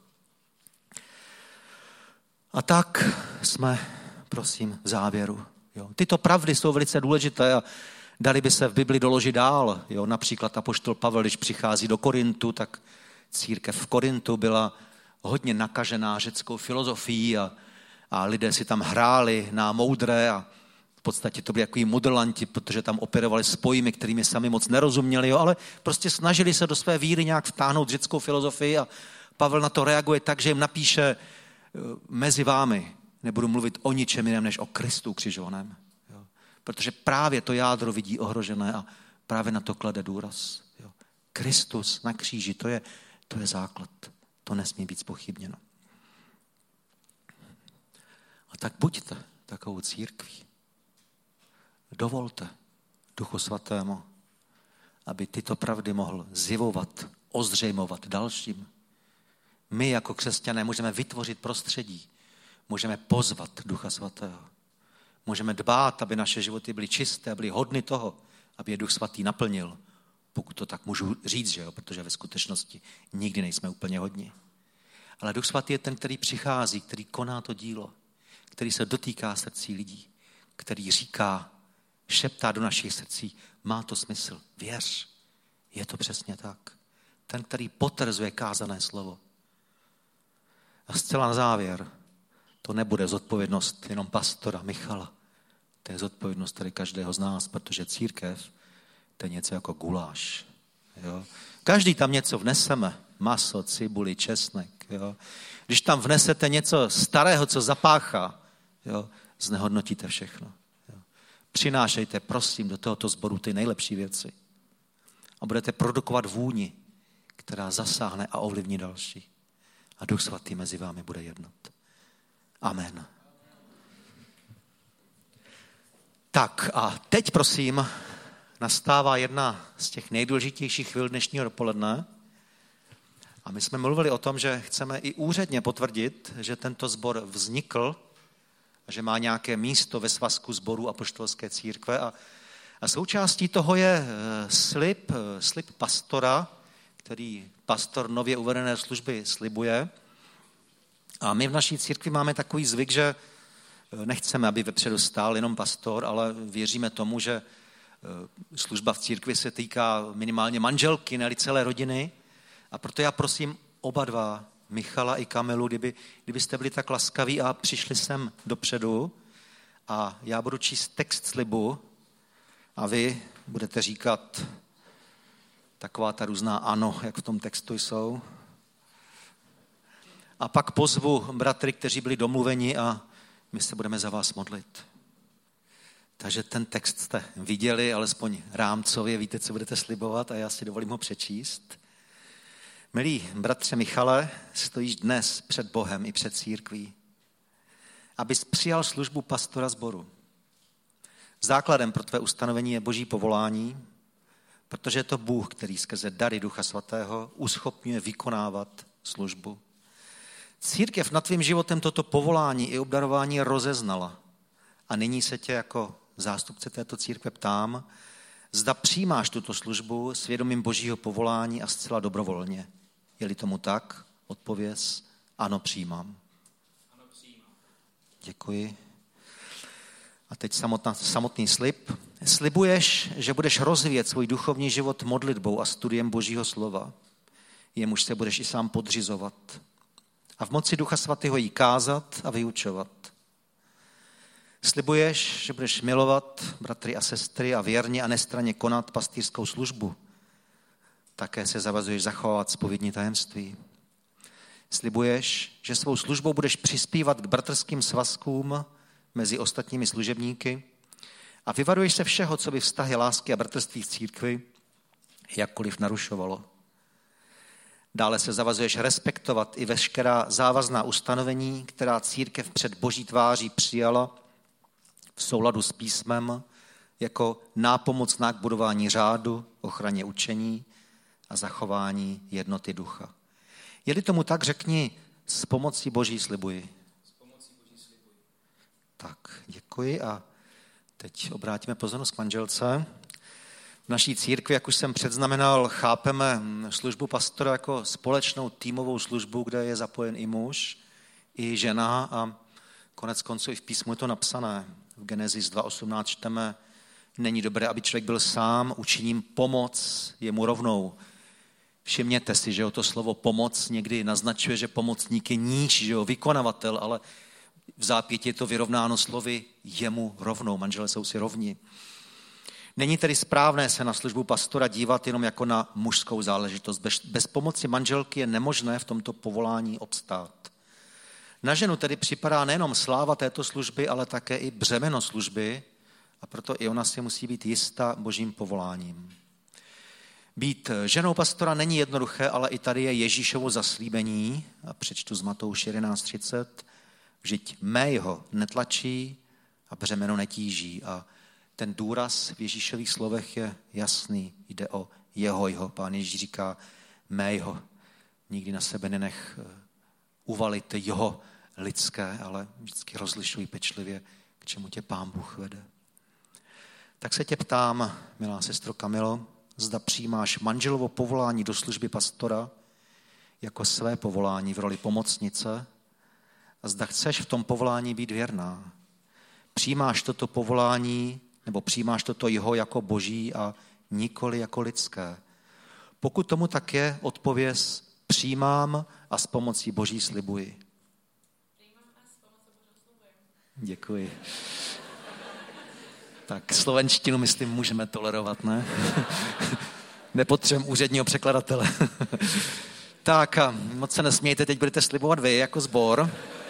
A tak jsme, prosím, v závěru. Tyto pravdy jsou velice důležité a dali by se v Bibli doložit dál. Například apoštol Pavel, když přichází do Korintu, tak církev v Korintu byla hodně nakažená řeckou filozofií a lidé si tam hráli na moudré a v podstatě to byli takový mudrlanti, protože tam operovali s pojmy, kterými sami moc nerozuměli, ale prostě snažili se do své víry nějak vtáhnout řeckou filozofii a Pavel na to reaguje tak, že jim napíše mezi vámi nebudu mluvit o ničem jiném, než o Kristu ukřižovaném. Protože právě to jádro vidí ohrožené a právě na to klade důraz. Kristus na kříži, to je základ. To nesmí být zpochybněno. A tak buďte takovou církví. Dovolte Duchu Svatému, aby tyto pravdy mohl zjevovat, ozřejmovat dalším. My jako křesťané můžeme vytvořit prostředí, můžeme pozvat Ducha Svatého. Můžeme dbát, aby naše životy byly čisté, byly hodny toho, aby je Duch Svatý naplnil. Pokud to tak můžu říct, že jo? Protože ve skutečnosti nikdy nejsme úplně hodní. Ale Duch Svatý je ten, který přichází, který koná to dílo, který se dotýká srdcí lidí, který říká, šeptá do našich srdcí, má to smysl, věř, je to přesně tak. Ten, který potvrzuje kázané slovo. A zcela na závěr, to nebude zodpovědnost jenom pastora Michala. To je zodpovědnost tady každého z nás, protože církev to je něco jako guláš. Jo? Každý tam něco vneseme. Maso, cibuli, česnek. Jo? Když tam vnesete něco starého, co zapáchá, jo? Znehodnotíte všechno. Jo? Přinášejte, prosím, do tohoto sboru ty nejlepší věci. A budete produkovat vůni, která zasáhne a ovlivní další. A Duch Svatý mezi vámi bude jednat. Amen. Tak a teď prosím nastává jedna z těch nejdůležitějších chvil dnešního dopoledne A my jsme mluvili o tom, že chceme i úředně potvrdit, že tento sbor vznikl a že má nějaké místo ve svazku sborů apoštolské církve. A součástí toho je slib pastora, který pastor nově uvedené služby slibuje. A my v naší církvi máme takový zvyk, že nechceme, aby vepředu stál jenom pastor, ale věříme tomu, že služba v církvi se týká minimálně manželky, ne celé rodiny. A proto já prosím oba dva, Michala i Kamilu, kdybyste byli tak laskaví a přišli sem dopředu a já budu číst text slibu a vy budete říkat taková ta různá ano, jak v tom textu jsou. A pak pozvu bratry, kteří byli domluveni a my se budeme za vás modlit. Takže ten text jste viděli, alespoň rámcově, víte, co budete slibovat a já si dovolím ho přečíst. Milý bratře Michale, stojíš dnes před Bohem i před církví, abys přijal službu pastora sboru. Základem pro tvé ustanovení je Boží povolání, protože je to Bůh, který skrze dary Ducha Svatého uschopňuje vykonávat službu. Církev nad tvým životem toto povolání i obdarování rozeznala. A nyní se tě jako zástupce této církve ptám, zda přijímáš tuto službu svědomím Božího povolání a zcela dobrovolně. Je-li tomu tak, odpověz, ano, přijímám. Ano, přijímám. Děkuji. A teď samotný slib. Slibuješ, že budeš rozvíjet svůj duchovní život modlitbou a studiem Božího slova. Jemuž se budeš i sám podřizovat. A v moci Ducha Svatého jí kázat a vyučovat. Slibuješ, že budeš milovat bratry a sestry a věrně a nestranně konat pastýřskou službu. Také se zavazuješ zachovávat zpovědní tajemství. Slibuješ, že svou službou budeš přispívat k bratrským svazkům mezi ostatními služebníky a vyvaruješ se všeho, co by vztahy lásky a bratrství v církvi jakkoliv narušovalo. Dále se zavazuješ respektovat i veškerá závazná ustanovení, která církev před Boží tváří přijala v souladu s písmem jako nápomocná k budování řádu, ochraně učení a zachování jednoty ducha. Je-li tomu tak, řekni, s pomocí Boží slibuji. S pomocí Boží slibuji. Tak, děkuji a teď obrátíme pozornost k manželce. V naší církvi, jak už jsem předznamenal, chápeme službu pastora jako společnou týmovou službu, kde je zapojen i muž, i žena a konec konců i v písmu je to napsané. V Genesis 2.18 čteme, není dobré, aby člověk byl sám, učiním pomoc jemu rovnou. Všimněte si, že to slovo pomoc někdy naznačuje, že pomocník je níž, že vykonavatel, ale v zápětí je to vyrovnáno slovy jemu rovnou. Manželé jsou si rovni. Není tedy správné se na službu pastora dívat jenom jako na mužskou záležitost. Bez pomoci manželky je nemožné v tomto povolání obstát. Na ženu tedy připadá nejenom sláva této služby, ale také i břemeno služby a proto i ona si musí být jistá Božím povoláním. Být ženou pastora není jednoduché, ale i tady je Ježíšovo zaslíbení, a přečtu z Matouše 11.30, vždyť mého netlačí a břemeno netíží. A ten důraz v Ježíšových slovech je jasný, jde o jeho. Pán Ježíš říká mého, nikdy na sebe nenech uvalit jeho lidské, ale vždycky rozlišuj pečlivě, k čemu tě Pán Bůh vede. Tak se tě ptám, milá sestro Kamilo, zda přijímáš manželovo povolání do služby pastora jako své povolání v roli pomocnice a zda chceš v tom povolání být věrná. Přijímáš toto povolání nebo přijímáš toto jeho jako boží a nikoli jako lidské. Pokud tomu tak je, odpověz přijímám a s pomocí Boží slibuji. Děkuji. Tak slovenštinu, myslím, můžeme tolerovat, ne? Nepotřebujeme úředního překladatele. Tak a moc se nesmějte, teď budete slibovat vy jako sbor.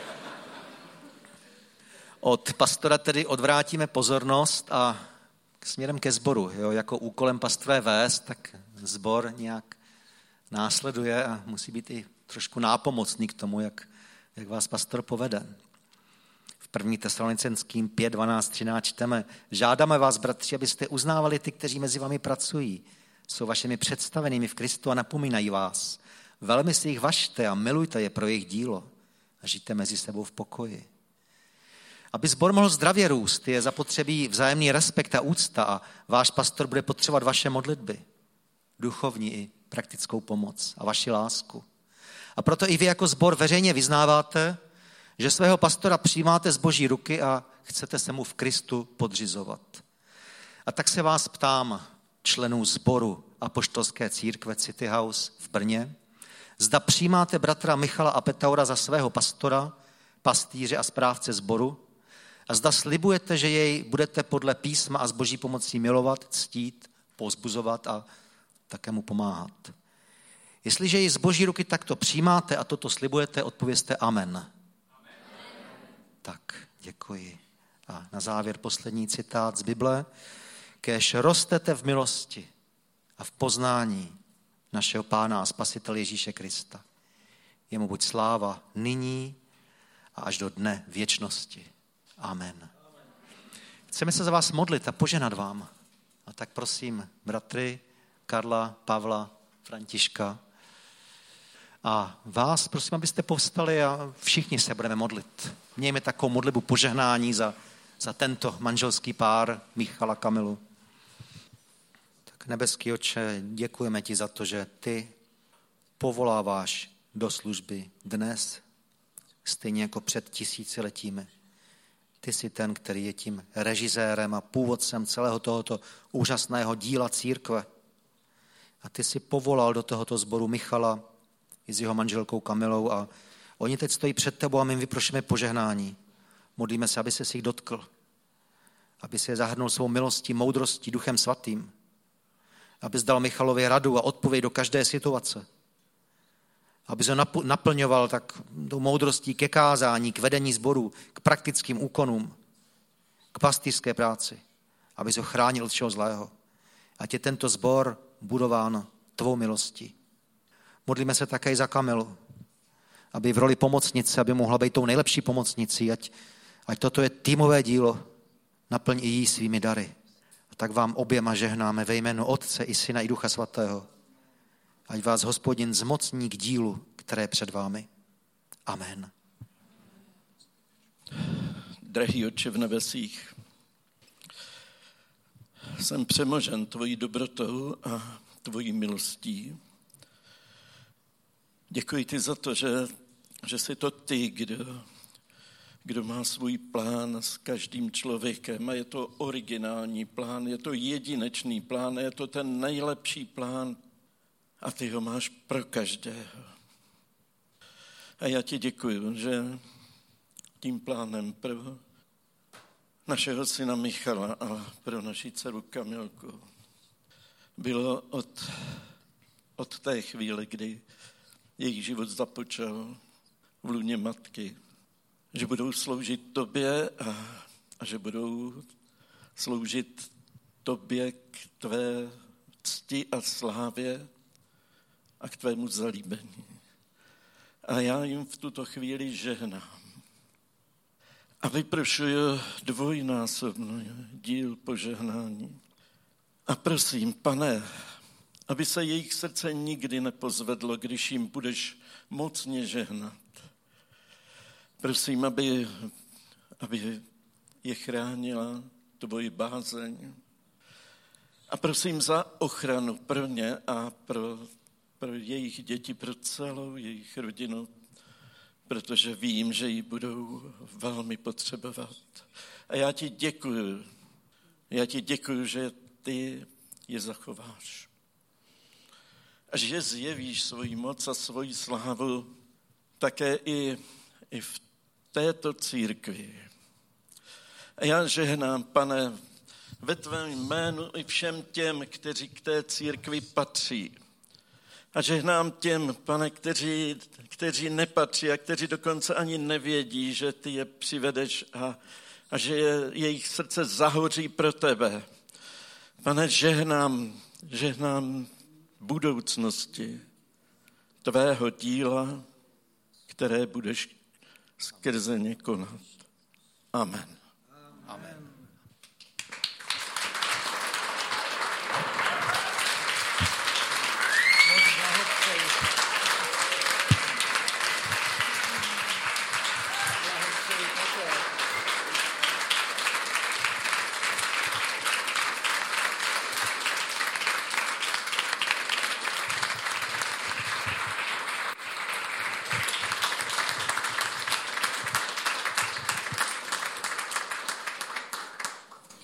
Od pastora tedy odvrátíme pozornost a směrem ke sboru. Jo? Jako úkolem pastora vést, tak sbor nějak následuje a musí být i trošku nápomocný k tomu, jak vás pastor povede. V 1. Tesalonicenským 5, 12, 13 čteme, žádáme vás, bratři, abyste uznávali ty, kteří mezi vámi pracují, jsou vašimi představenými v Kristu a napomínají vás. Velmi si jich važte a milujte je pro jejich dílo a žijte mezi sebou v pokoji. Aby sbor mohl zdravě růst, je zapotřebí vzájemný respekt a úcta a váš pastor bude potřebovat vaše modlitby, duchovní i praktickou pomoc a vaši lásku. A proto i vy jako sbor veřejně vyznáváte, že svého pastora přijímáte z Boží ruky a chcete se mu v Kristu podřizovat. A tak se vás ptám, členů sboru Apoštolské církve City House v Brně, zda přijímáte bratra Michala Apetaura za svého pastora, pastýře a správce sboru a zda slibujete, že jej budete podle písma a s Boží pomocí milovat, ctít, povzbuzovat a také mu pomáhat. Jestliže ji z Boží ruky takto přijímáte a toto slibujete, odpovězte amen. Tak, děkuji. A na závěr poslední citát z Bible. Kéž rostete v milosti a v poznání našeho Pána a Spasitele Ježíše Krista. Jemu buď sláva nyní a až do dne věčnosti. Amen. Chceme se za vás modlit a poženat vám. A tak prosím, bratry Karla, Pavla, Františka, a vás prosím, abyste povstali a všichni se budeme modlit. Mějme takovou modlitbu požehnání za tento manželský pár Michala Kamilu. Tak nebeský Otče, děkujeme ti za to, že ty povoláváš do služby dnes, stejně jako před tisíciletími. Ty jsi ten, který je tím režisérem a původcem celého tohoto úžasného díla církve. A ty jsi povolal do tohoto sboru Michala i s jeho manželkou Kamilou a oni teď stojí před tebou a my jim vyprošíme požehnání. Modlíme se, aby se jich dotkl, aby se je zahrnul svou milostí, moudrostí, Duchem Svatým, aby dal Michalovi radu a odpověď do každé situace, aby se naplňoval tak tou moudrostí ke kázání, k vedení sborů, k praktickým úkonům, k pastýřské práci, aby se ho chránil od všeho zlého. Ať je tento sbor budován tvou milostí. Modlíme se také i za Kamilu, aby v roli pomocnice, aby mohla být tou nejlepší pomocnicí, ať toto je týmové dílo, naplň i jí svými dary. A tak vám oběma žehnáme ve jménu Otce i Syna i Ducha Svatého. Ať vás Hospodin zmocní k dílu, které je před vámi. Amen. Drahý Otče v nebesích, jsem přemožen tvojí dobrotou a tvojí milostí. Děkuji ti za to, že jsi to ty, kdo má svůj plán s každým člověkem a je to originální plán, je to jedinečný plán, je to ten nejlepší plán a ty ho máš pro každého. A já ti děkuji, že tím plánem pro našeho syna Michala a pro naši dceru Kamilku bylo od té chvíle, kdy jejich život započal v lůně matky, že budou sloužit tobě a že budou sloužit tobě k tvé cti a slávě a k tvému zalíbení. A já jim v tuto chvíli žehnám. A vyprošuju dvojnásobný díl požehnání. A prosím, Pane, aby se jejich srdce nikdy nepozvedlo, když jim budeš mocně žehnat. Prosím, aby je chránila tvoji bázeň. A prosím za ochranu pro ně a pro jejich děti, pro celou jejich rodinu, protože vím, že ji budou velmi potřebovat. A já ti děkuju, že ty je zachováš. A že zjevíš svoji moc a svoji slávu také i v této církvi. A já žehnám, Pane, ve tvém jménu i všem těm, kteří k té církvi patří. A žehnám těm, Pane, kteří nepatří a kteří dokonce ani nevědí, že ty je přivedeš a že jejich srdce zahoří pro tebe. Pane, žehnám budoucnosti tvého díla, které budeš skrze ně konat. Amen. Amen.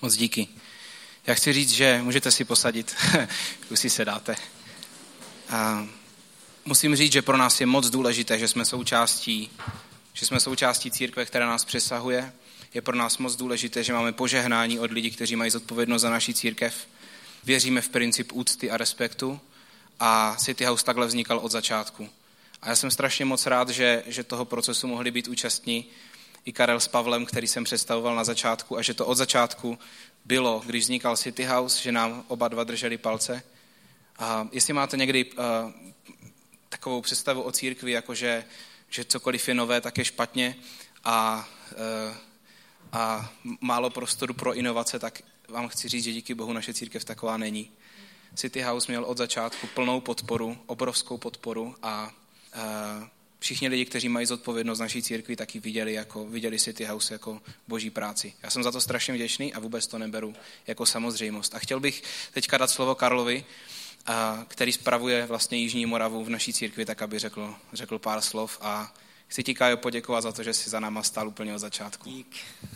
Moc díky. Já chci říct, že můžete si posadit, už si sedáte. A musím říct, že pro nás je moc důležité, že jsme součástí církve, která nás přesahuje. Je pro nás moc důležité, že máme požehnání od lidí, kteří mají zodpovědnost za naši církev. Věříme v princip úcty a respektu a City House takhle vznikal od začátku. A já jsem strašně moc rád, že toho procesu mohli být účastní i Karel s Pavlem, který jsem představoval na začátku, a že to od začátku bylo, když vznikal City House, že nám oba dva drželi palce. A jestli máte někdy takovou představu o církvi, jako že cokoliv je nové, tak je špatně a málo prostoru pro inovace, tak vám chci říct, že díky Bohu naše církev taková není. City House měl od začátku plnou podporu, obrovskou podporu a všichni lidi, kteří mají zodpovědnost naší církvi, taky viděli City House jako boží práci. Já jsem za to strašně vděčný a vůbec to neberu jako samozřejmost. A chtěl bych teďka dát slovo Karlovi, který spravuje vlastně Jižní Moravu v naší církvi, tak aby řekl pár slov. A chci ti, Kájo, poděkovat za to, že jsi za náma stál úplně od začátku. Dík.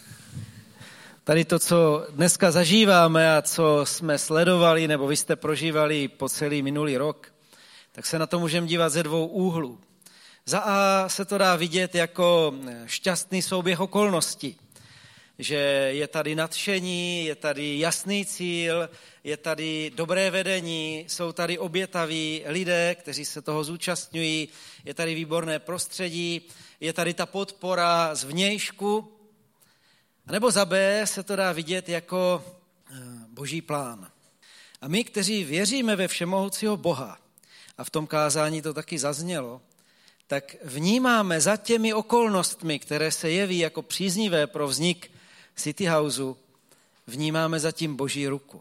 Tady to, co dneska zažíváme a co jsme sledovali, nebo vy jste prožívali po celý minulý rok, tak se na to můžeme dívat ze dvou úhlů. Za A se to dá vidět jako šťastný souběh okolností, že je tady nadšení, je tady jasný cíl, je tady dobré vedení, jsou tady obětaví lidé, kteří se toho zúčastňují, je tady výborné prostředí, je tady ta podpora zvnějšku. A nebo za B se to dá vidět jako boží plán. A my, kteří věříme ve všemohoucího Boha, a v tom kázání to taky zaznělo, tak vnímáme za těmi okolnostmi, které se jeví jako příznivé pro vznik City Houseu, vnímáme zatím boží ruku.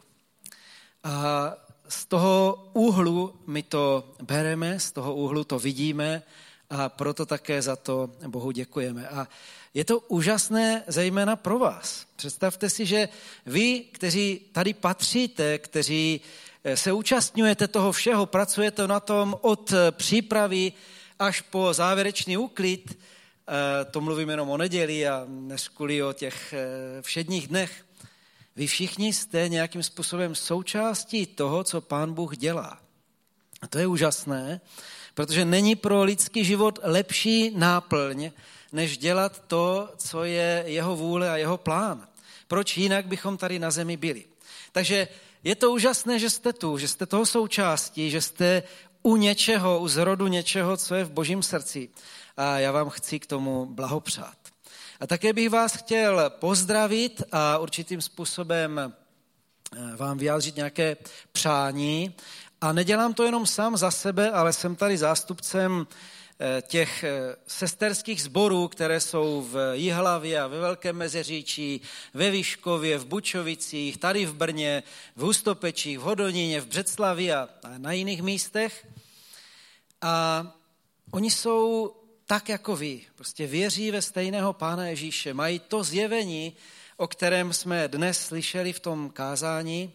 A z toho úhlu my to bereme, z toho úhlu to vidíme a proto také za to Bohu děkujeme. A je to úžasné zejména pro vás. Představte si, že vy, kteří tady patříte, kteří se účastňujete toho všeho, pracujete na tom od přípravy až po závěrečný úklid, to mluvím jenom o neděli a neskuli o těch všedních dnech, vy všichni jste nějakým způsobem součástí toho, co Pán Bůh dělá. A to je úžasné, protože není pro lidský život lepší náplň, než dělat to, co je jeho vůle a jeho plán. Proč jinak bychom tady na zemi byli? Takže je to úžasné, že jste tu, že jste toho součástí, že jste u něčeho, u zrodu něčeho, co je v božím srdci. A já vám chci k tomu blahopřát. A také bych vás chtěl pozdravit a určitým způsobem vám vyjádřit nějaké přání. A nedělám to jenom sám za sebe, ale jsem tady zástupcem těch sesterských sborů, které jsou v Jihlavě a ve Velkém Meziříčí, ve Vyškově, v Bučovicích, tady v Brně, v Hustopečích, v Hodoníně, v Břeclavi a na jiných místech. A oni jsou tak jako vy, prostě věří ve stejného Pána Ježíše, mají to zjevení, o kterém jsme dnes slyšeli v tom kázání.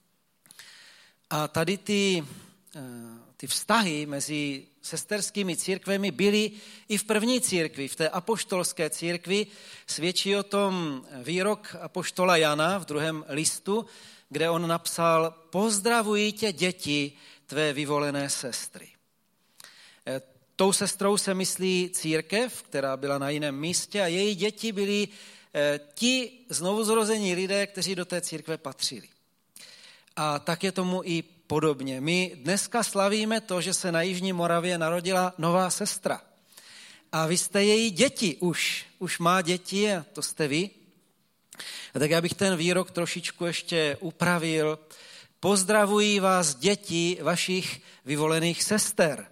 A tady ty vztahy mezi sesterskými církvemi byly i v první církvi, v té apoštolské církvi. Svědčí o tom výrok apoštola Jana v 2. listu, kde on napsal: pozdravuji tě, děti tvé vyvolené sestry. Tou sestrou se myslí církev, která byla na jiném místě, a její děti byli ti znovuzrození lidé, kteří do té církve patřili. A tak je tomu i podobně. My dneska slavíme to, že se na Jižní Moravě narodila nová sestra. A vy jste její děti už má děti a to jste vy. A tak já bych ten výrok trošičku ještě upravil. Pozdravuji vás, děti vašich vyvolených sester.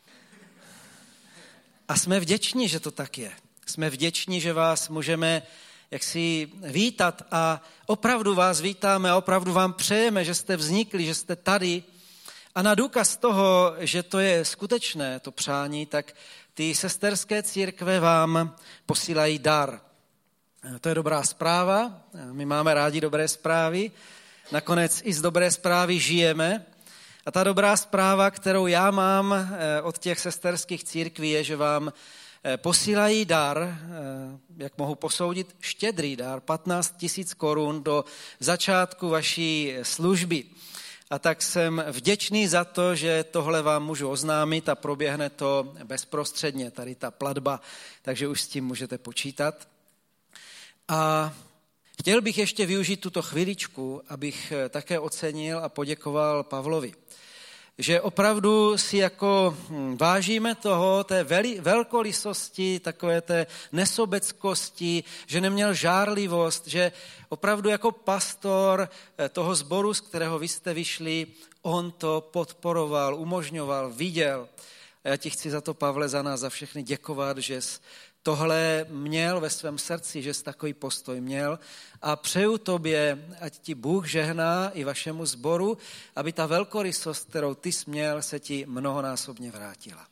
A jsme vděční, že to tak je. Jsme vděční, že vás můžeme jaksi vítat a opravdu vás vítáme a opravdu vám přejeme, že jste vznikli, že jste tady. A na důkaz toho, že to je skutečné, to přání, tak ty sesterské církve vám posílají dar. To je dobrá zpráva, my máme rádi dobré zprávy, nakonec i z dobré zprávy žijeme. A ta dobrá zpráva, kterou já mám od těch sesterských církví, je, že vám posílají dar, jak mohu posoudit, štědrý dar, 15 000 korun do začátku vaší služby. A tak jsem vděčný za to, že tohle vám můžu oznámit a proběhne to bezprostředně, tady ta platba, takže už s tím můžete počítat. A chtěl bych ještě využít tuto chviličku, abych také ocenil a poděkoval Pavlovi. Že opravdu si jako vážíme toho, té velkorysosti, takové té nesobeckosti, že neměl žárlivost, že opravdu jako pastor toho sboru, z kterého vy jste vyšli, on to podporoval, umožňoval, viděl. A já ti chci za to, Pavle, za nás, za všechny děkovat, že jsi tohle měl ve svém srdci, že jsi takový postoj měl a přeju tobě, ať ti Bůh žehná i vašemu sboru, aby ta velkorysost, kterou ty jsi měl, se ti mnohonásobně vrátila.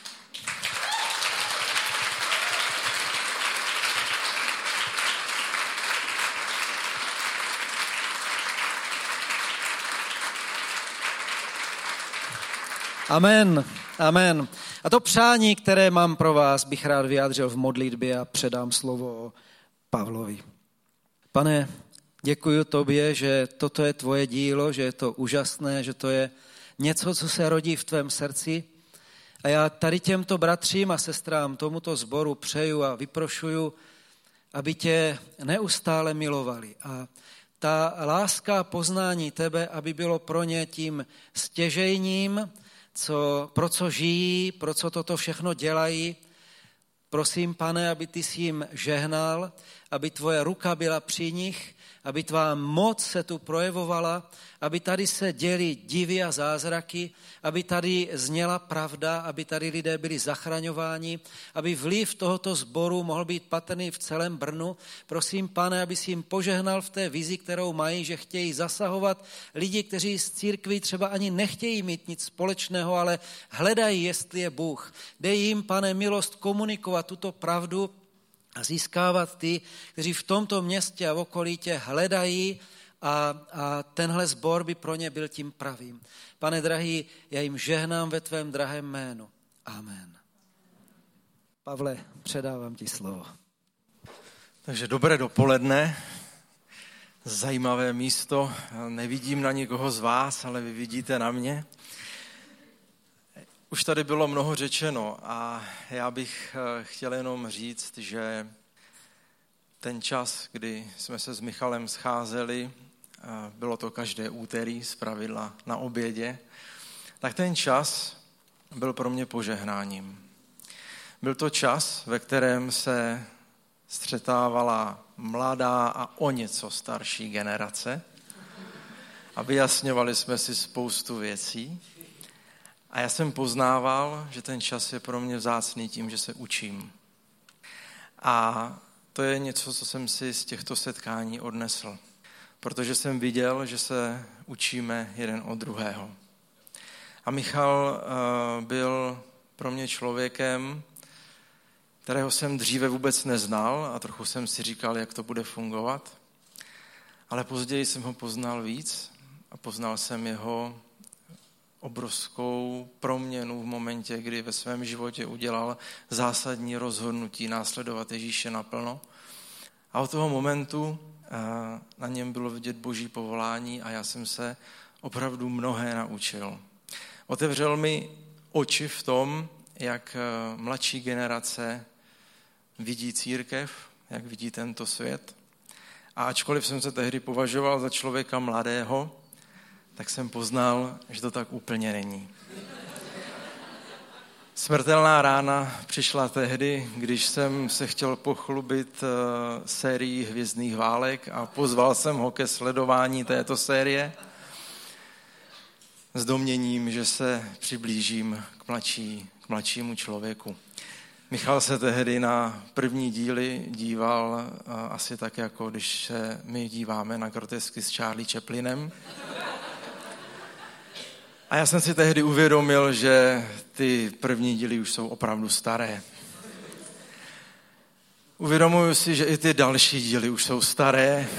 Amen, amen. A to přání, které mám pro vás, bych rád vyjádřil v modlitbě a předám slovo Pavlovi. Pane, děkuji tobě, že toto je tvoje dílo, že je to úžasné, že to je něco, co se rodí v tvém srdci. A já tady těmto bratřím a sestrám, tomuto sboru přeju a vyprošuju, aby tě neustále milovali. A ta láska a poznání tebe, aby bylo pro ně tím stěžejním, pro co žijí, pro co toto všechno dělají. Prosím, Pane, aby ty jsi jim žehnal, aby tvoje ruka byla při nich, aby tvá moc se tu projevovala, aby tady se děly divy a zázraky, aby tady zněla pravda, aby tady lidé byli zachraňováni, aby vliv tohoto sboru mohl být patrný v celém Brnu. Prosím, Pane, aby si jim požehnal v té vizi, kterou mají, že chtějí zasahovat lidi, kteří z církví třeba ani nechtějí mít nic společného, ale hledají, jestli je Bůh. Dej jim, Pane, milost komunikovat tuto pravdu a získávat ty, kteří v tomto městě a v okolí tě hledají a tenhle sbor by pro ně byl tím pravým. Pane drahý, já jim žehnám ve tvém drahém jménu. Amen. Pavle, předávám ti slovo. Takže dobré dopoledne. Zajímavé místo. Nevidím na nikoho z vás, ale vy vidíte na mě. Už tady bylo mnoho řečeno a já bych chtěl jenom říct, že ten čas, kdy jsme se s Michalem scházeli, bylo to každé úterý zpravidla na obědě, tak ten čas byl pro mě požehnáním. Byl to čas, ve kterém se střetávala mladá a o něco starší generace a vyjasňovali jsme si spoustu věcí. A já jsem poznával, že ten čas je pro mě vzácný tím, že se učím. A to je něco, co jsem si z těchto setkání odnesl. Protože jsem viděl, že se učíme jeden od druhého. A Michal byl pro mě člověkem, kterého jsem dříve vůbec neznal a trochu jsem si říkal, jak to bude fungovat. Ale později jsem ho poznal víc a poznal jsem jeho obrovskou proměnu v momentě, kdy ve svém životě udělal zásadní rozhodnutí následovat Ježíše naplno. A od toho momentu na něm bylo vidět Boží povolání a já jsem se opravdu mnohé naučil. Otevřel mi oči v tom, jak mladší generace vidí církev, jak vidí tento svět. A ačkoliv jsem se tehdy považoval za člověka mladého, tak jsem poznal, že to tak úplně není. Smrtelná rána přišla tehdy, když jsem se chtěl pochlubit sérií Hvězdných válek a pozval jsem ho ke sledování této série s domněním, že se přiblížím k mladšímu člověku. Michal se tehdy na první díly díval asi tak, jako když se my díváme na grotesky s Charlie Chaplinem. A já jsem si tehdy uvědomil, že ty první díly už jsou opravdu staré. Uvědomuji si, že i ty další díly už jsou staré,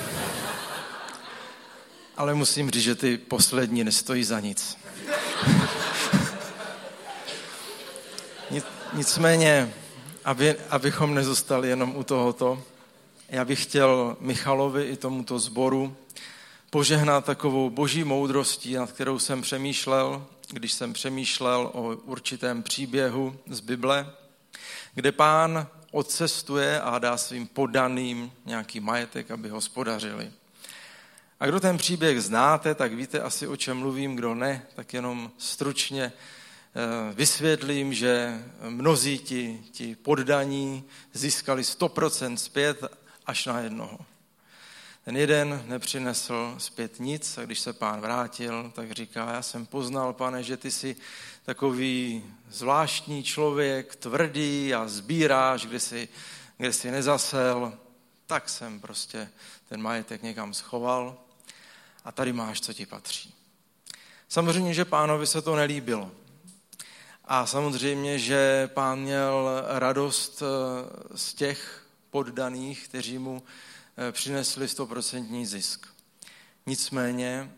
ale musím říct, že ty poslední nestojí za nic. Nicméně abychom nezůstali jenom u tohoto. Já bych chtěl Michalovi i tomuto sboru požehnat takovou boží moudrostí, nad kterou jsem přemýšlel, když jsem přemýšlel o určitém příběhu z Bible, kde Pán odcestuje a dá svým poddaným nějaký majetek, aby hospodařili. A kdo ten příběh znáte, tak víte asi, o čem mluvím, kdo ne, tak jenom stručně vysvětlím, že mnozí ti poddaní získali 100% zpět až na jednoho. Ten jeden nepřinesl zpět nic a když se Pán vrátil, tak říká, já jsem poznal, Pane, že ty jsi takový zvláštní člověk, tvrdý a sbíráš, kde jsi nezasel, tak jsem prostě ten majetek někam schoval a tady máš, co ti patří. Samozřejmě, že Pánovi se to nelíbilo. A samozřejmě, že Pán měl radost z těch poddaných, kteří mu přinesli 100% zisk. Nicméně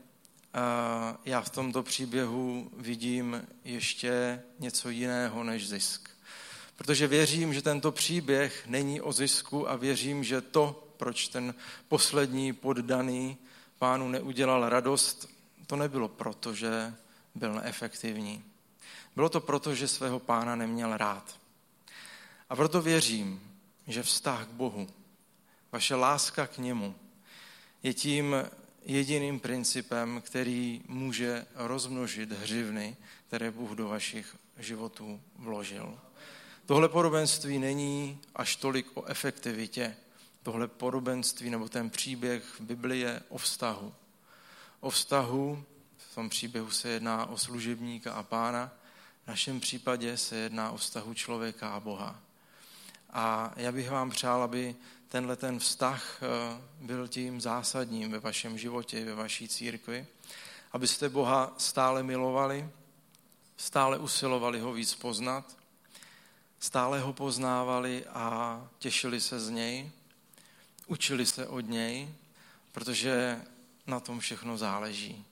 já v tomto příběhu vidím ještě něco jiného než zisk. Protože věřím, že tento příběh není o zisku a věřím, že to, proč ten poslední poddaný Pánu neudělal radost, to nebylo proto, že byl neefektivní. Bylo to proto, že svého Pána neměl rád. A proto věřím, že vztah k Bohu, vaše láska k němu je tím jediným principem, který může rozmnožit hřivny, které Bůh do vašich životů vložil. Tohle podobenství není až tolik o efektivitě. Tohle podobenství nebo ten příběh v Biblii je o vztahu. O vztahu, v tom příběhu se jedná o služebníka a Pána, v našem případě se jedná o vztahu člověka a Boha. A já bych vám přál, aby ten vztah byl tím zásadním ve vašem životě, ve vaší církvi, abyste Boha stále milovali, stále usilovali ho víc poznat, stále ho poznávali a těšili se z něj, učili se od něj, protože na tom všechno záleží.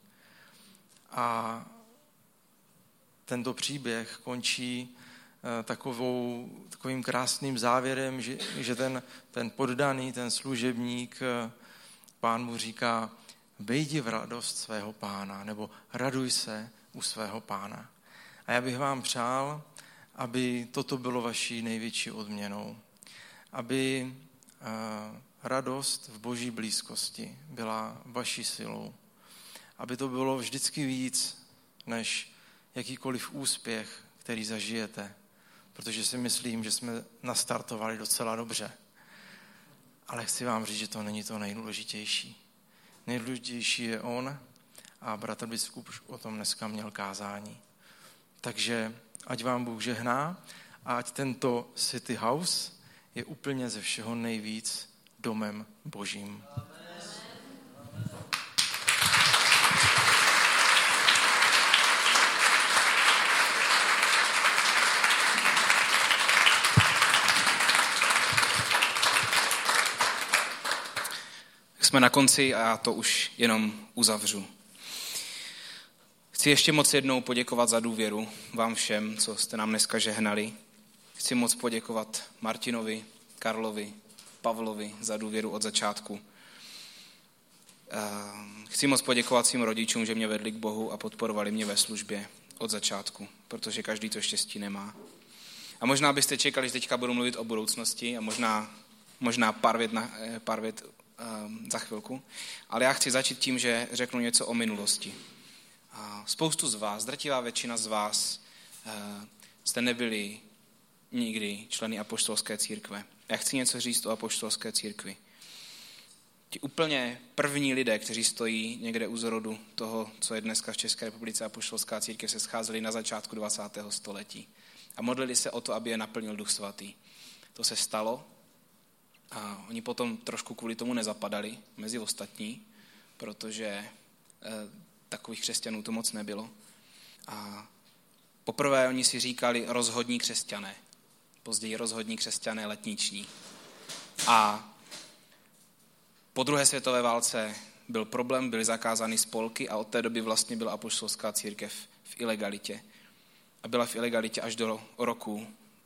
A tento příběh končí takovým krásným závěrem, že ten poddaný, ten služebník, Pán mu říká, vejdi v radost svého Pána, nebo raduj se u svého Pána. A já bych vám přál, aby toto bylo vaší největší odměnou. Aby radost v Boží blízkosti byla vaší silou. Aby to bylo vždycky víc, než jakýkoliv úspěch, který zažijete. Protože si myslím, že jsme nastartovali docela dobře. Ale chci vám říct, že to není to nejdůležitější. Nejdůležitější je on a bratr biskup už o tom dneska měl kázání. Takže ať vám Bůh žehná a ať tento City House je úplně ze všeho nejvíc domem Božím. Jsme na konci a já to už jenom uzavřu. Chci ještě moc jednou poděkovat za důvěru vám všem, co jste nám dneska žehnali. Chci moc poděkovat Martinovi, Karlovi, Pavlovi za důvěru od začátku. Chci moc poděkovat svým rodičům, že mě vedli k Bohu a podporovali mě ve službě od začátku, protože každý to štěstí nemá. A možná byste čekali, že teďka budu mluvit o budoucnosti a možná pár vět za chvilku, ale já chci začít tím, že řeknu něco o minulosti. Spoustu z vás, drtivá většina z vás jste nebyli nikdy členy apoštolské církve. Já chci něco říct o apoštolské církvi. Ti úplně první lidé, kteří stojí někde u zrodu toho, co je dneska v České republice apoštolská církev, se scházeli na začátku 20. století a modlili se o to, aby je naplnil Duch Svatý. To se stalo a oni potom trošku kvůli tomu nezapadali mezi ostatní, protože takových křesťanů to moc nebylo. A poprvé oni si říkali rozhodní křesťané, později rozhodní křesťané letniční. A po druhé světové válce byl problém, byly zakázány spolky a od té doby vlastně byla apoštolská církev v ilegalitě. A byla v ilegalitě až do roku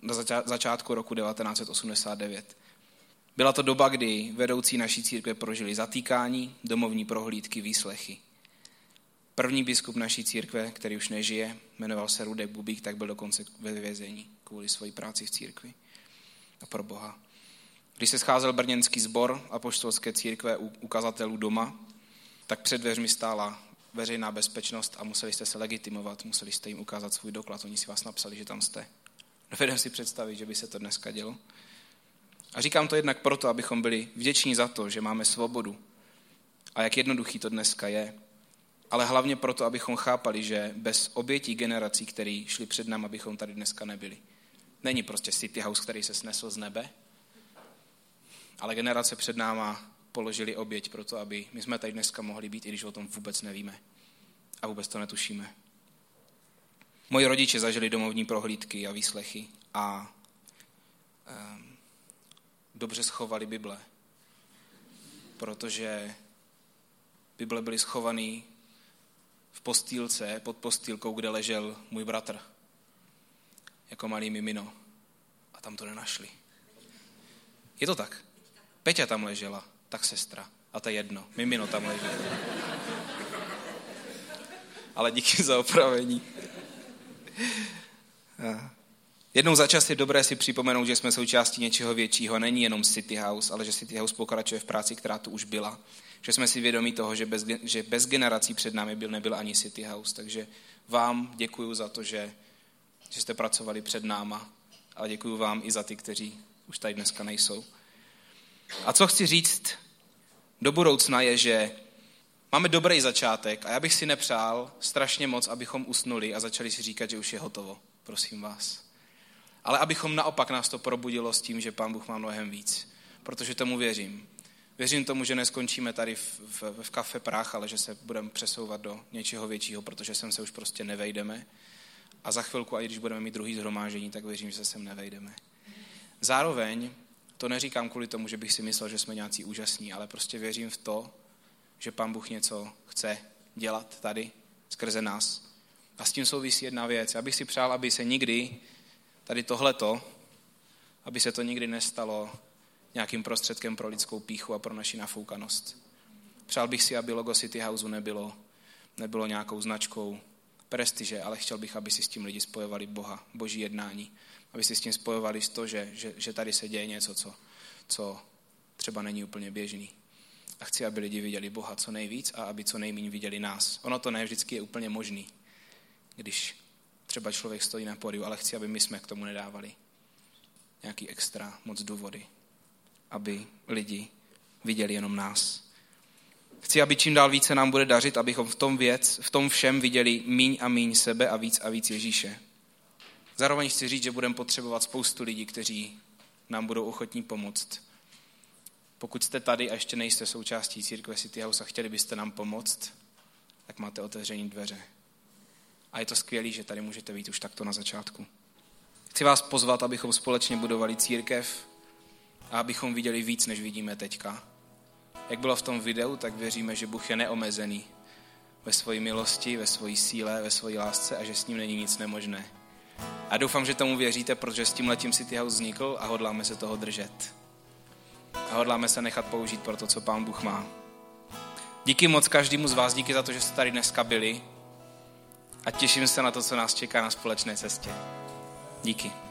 na začátku roku 1989. Byla to doba, kdy vedoucí naší církve prožili zatýkání, domovní prohlídky, výslechy. První biskup naší církve, který už nežije, jmenoval se Rudek Bubík, tak byl dokonce ve vězení kvůli své práci v církvi a pro Boha. Když se scházel brněnský sbor apoštolské církve u kazatelů doma, tak před dveřmi stála veřejná bezpečnost a museli jste se legitimovat, museli jste jim ukázat svůj doklad, oni si vás napsali, že tam jste. Dovedem si představit, že by se to dneska dělo. A říkám to jednak proto, abychom byli vděční za to, že máme svobodu a jak jednoduchý to dneska je, ale hlavně proto, abychom chápali, že bez obětí generací, který šli před námi, abychom tady dneska nebyli. Není prostě City House, který se snesl z nebe, ale generace před náma položili oběť pro to, aby my jsme tady dneska mohli být, i když o tom vůbec nevíme a vůbec to netušíme. Moji rodiče zažili domovní prohlídky a výslechy a dobře schovali Bible, protože Bible byly schovaný v postýlce, pod postýlkou, kde ležel můj bratr, jako malý mimino. A tam to nenašli. Je to tak? Peťa tam ležela, tak sestra. A to je jedno, mimino tam leželo. Ale díky za opravení. Jednou za čas je dobré si připomenout, že jsme součástí něčeho většího. Není jenom City House, ale že City House pokračuje v práci, která tu už byla. Že jsme si vědomí toho, že bez generací před námi nebyl ani City House. Takže vám děkuju za to, že jste pracovali před náma, ale děkuju vám i za ty, kteří už tady dneska nejsou. A co chci říct do budoucna je, že máme dobrý začátek a já bych si nepřál strašně moc, abychom usnuli a začali si říkat, že už je hotovo. Prosím vás. Ale abychom naopak nás to probudilo s tím, že Pán Bůh má mnohem víc. Protože tomu věřím. Věřím tomu, že neskončíme tady v kafe Prach, ale že se budeme přesouvat do něčeho většího, protože sem se už prostě nevejdeme. A za chvilku, i když budeme mít druhý shromáždění, tak věřím, že se sem nevejdeme. Zároveň to neříkám kvůli tomu, že bych si myslel, že jsme nějací úžasní, ale prostě věřím v to, že Pán Bůh něco chce dělat tady skrze nás. A s tím souvisí jedna věc. Já bych si přál, aby se nikdy tady tohleto, aby se to nikdy nestalo nějakým prostředkem pro lidskou pýchu a pro naši nafoukanost. Přál bych si, aby logo City Houseu nebylo nějakou značkou prestiže, ale chtěl bych, aby si s tím lidi spojovali Boha, Boží jednání. Aby si s tím spojovali to, že tady se děje něco, co třeba není úplně běžný. A chci, aby lidi viděli Boha co nejvíc a aby co nejméně viděli nás. Ono to ne vždycky je úplně možný, když třeba člověk stojí na pódiu, ale chci, aby my jsme k tomu nedávali nějaký extra moc důvody, aby lidi viděli jenom nás. Chci, aby čím dál více nám bude dařit, abychom v tom všem viděli míň a míň sebe a víc Ježíše. Zároveň chci říct, že budeme potřebovat spoustu lidí, kteří nám budou ochotní pomoct. Pokud jste tady a ještě nejste součástí církve City House a chtěli byste nám pomoct, tak máte otevřené dveře. A je to skvělé, že tady můžete být už takto na začátku. Chci vás pozvat, abychom společně budovali církev a abychom viděli víc, než vidíme teďka. Jak bylo v tom videu, tak věříme, že Bůh je neomezený ve své milosti, ve své síle, ve své lásce a že s ním není nic nemožné. A doufám, že tomu věříte, protože s tímhletím City House vznikl a hodláme se toho držet. A hodláme se nechat použít pro to, co Pán Bůh má. Díky moc každému z vás, díky za to, že jste tady dneska byli a těším se na to, co nás čeká na společné cestě. Díky.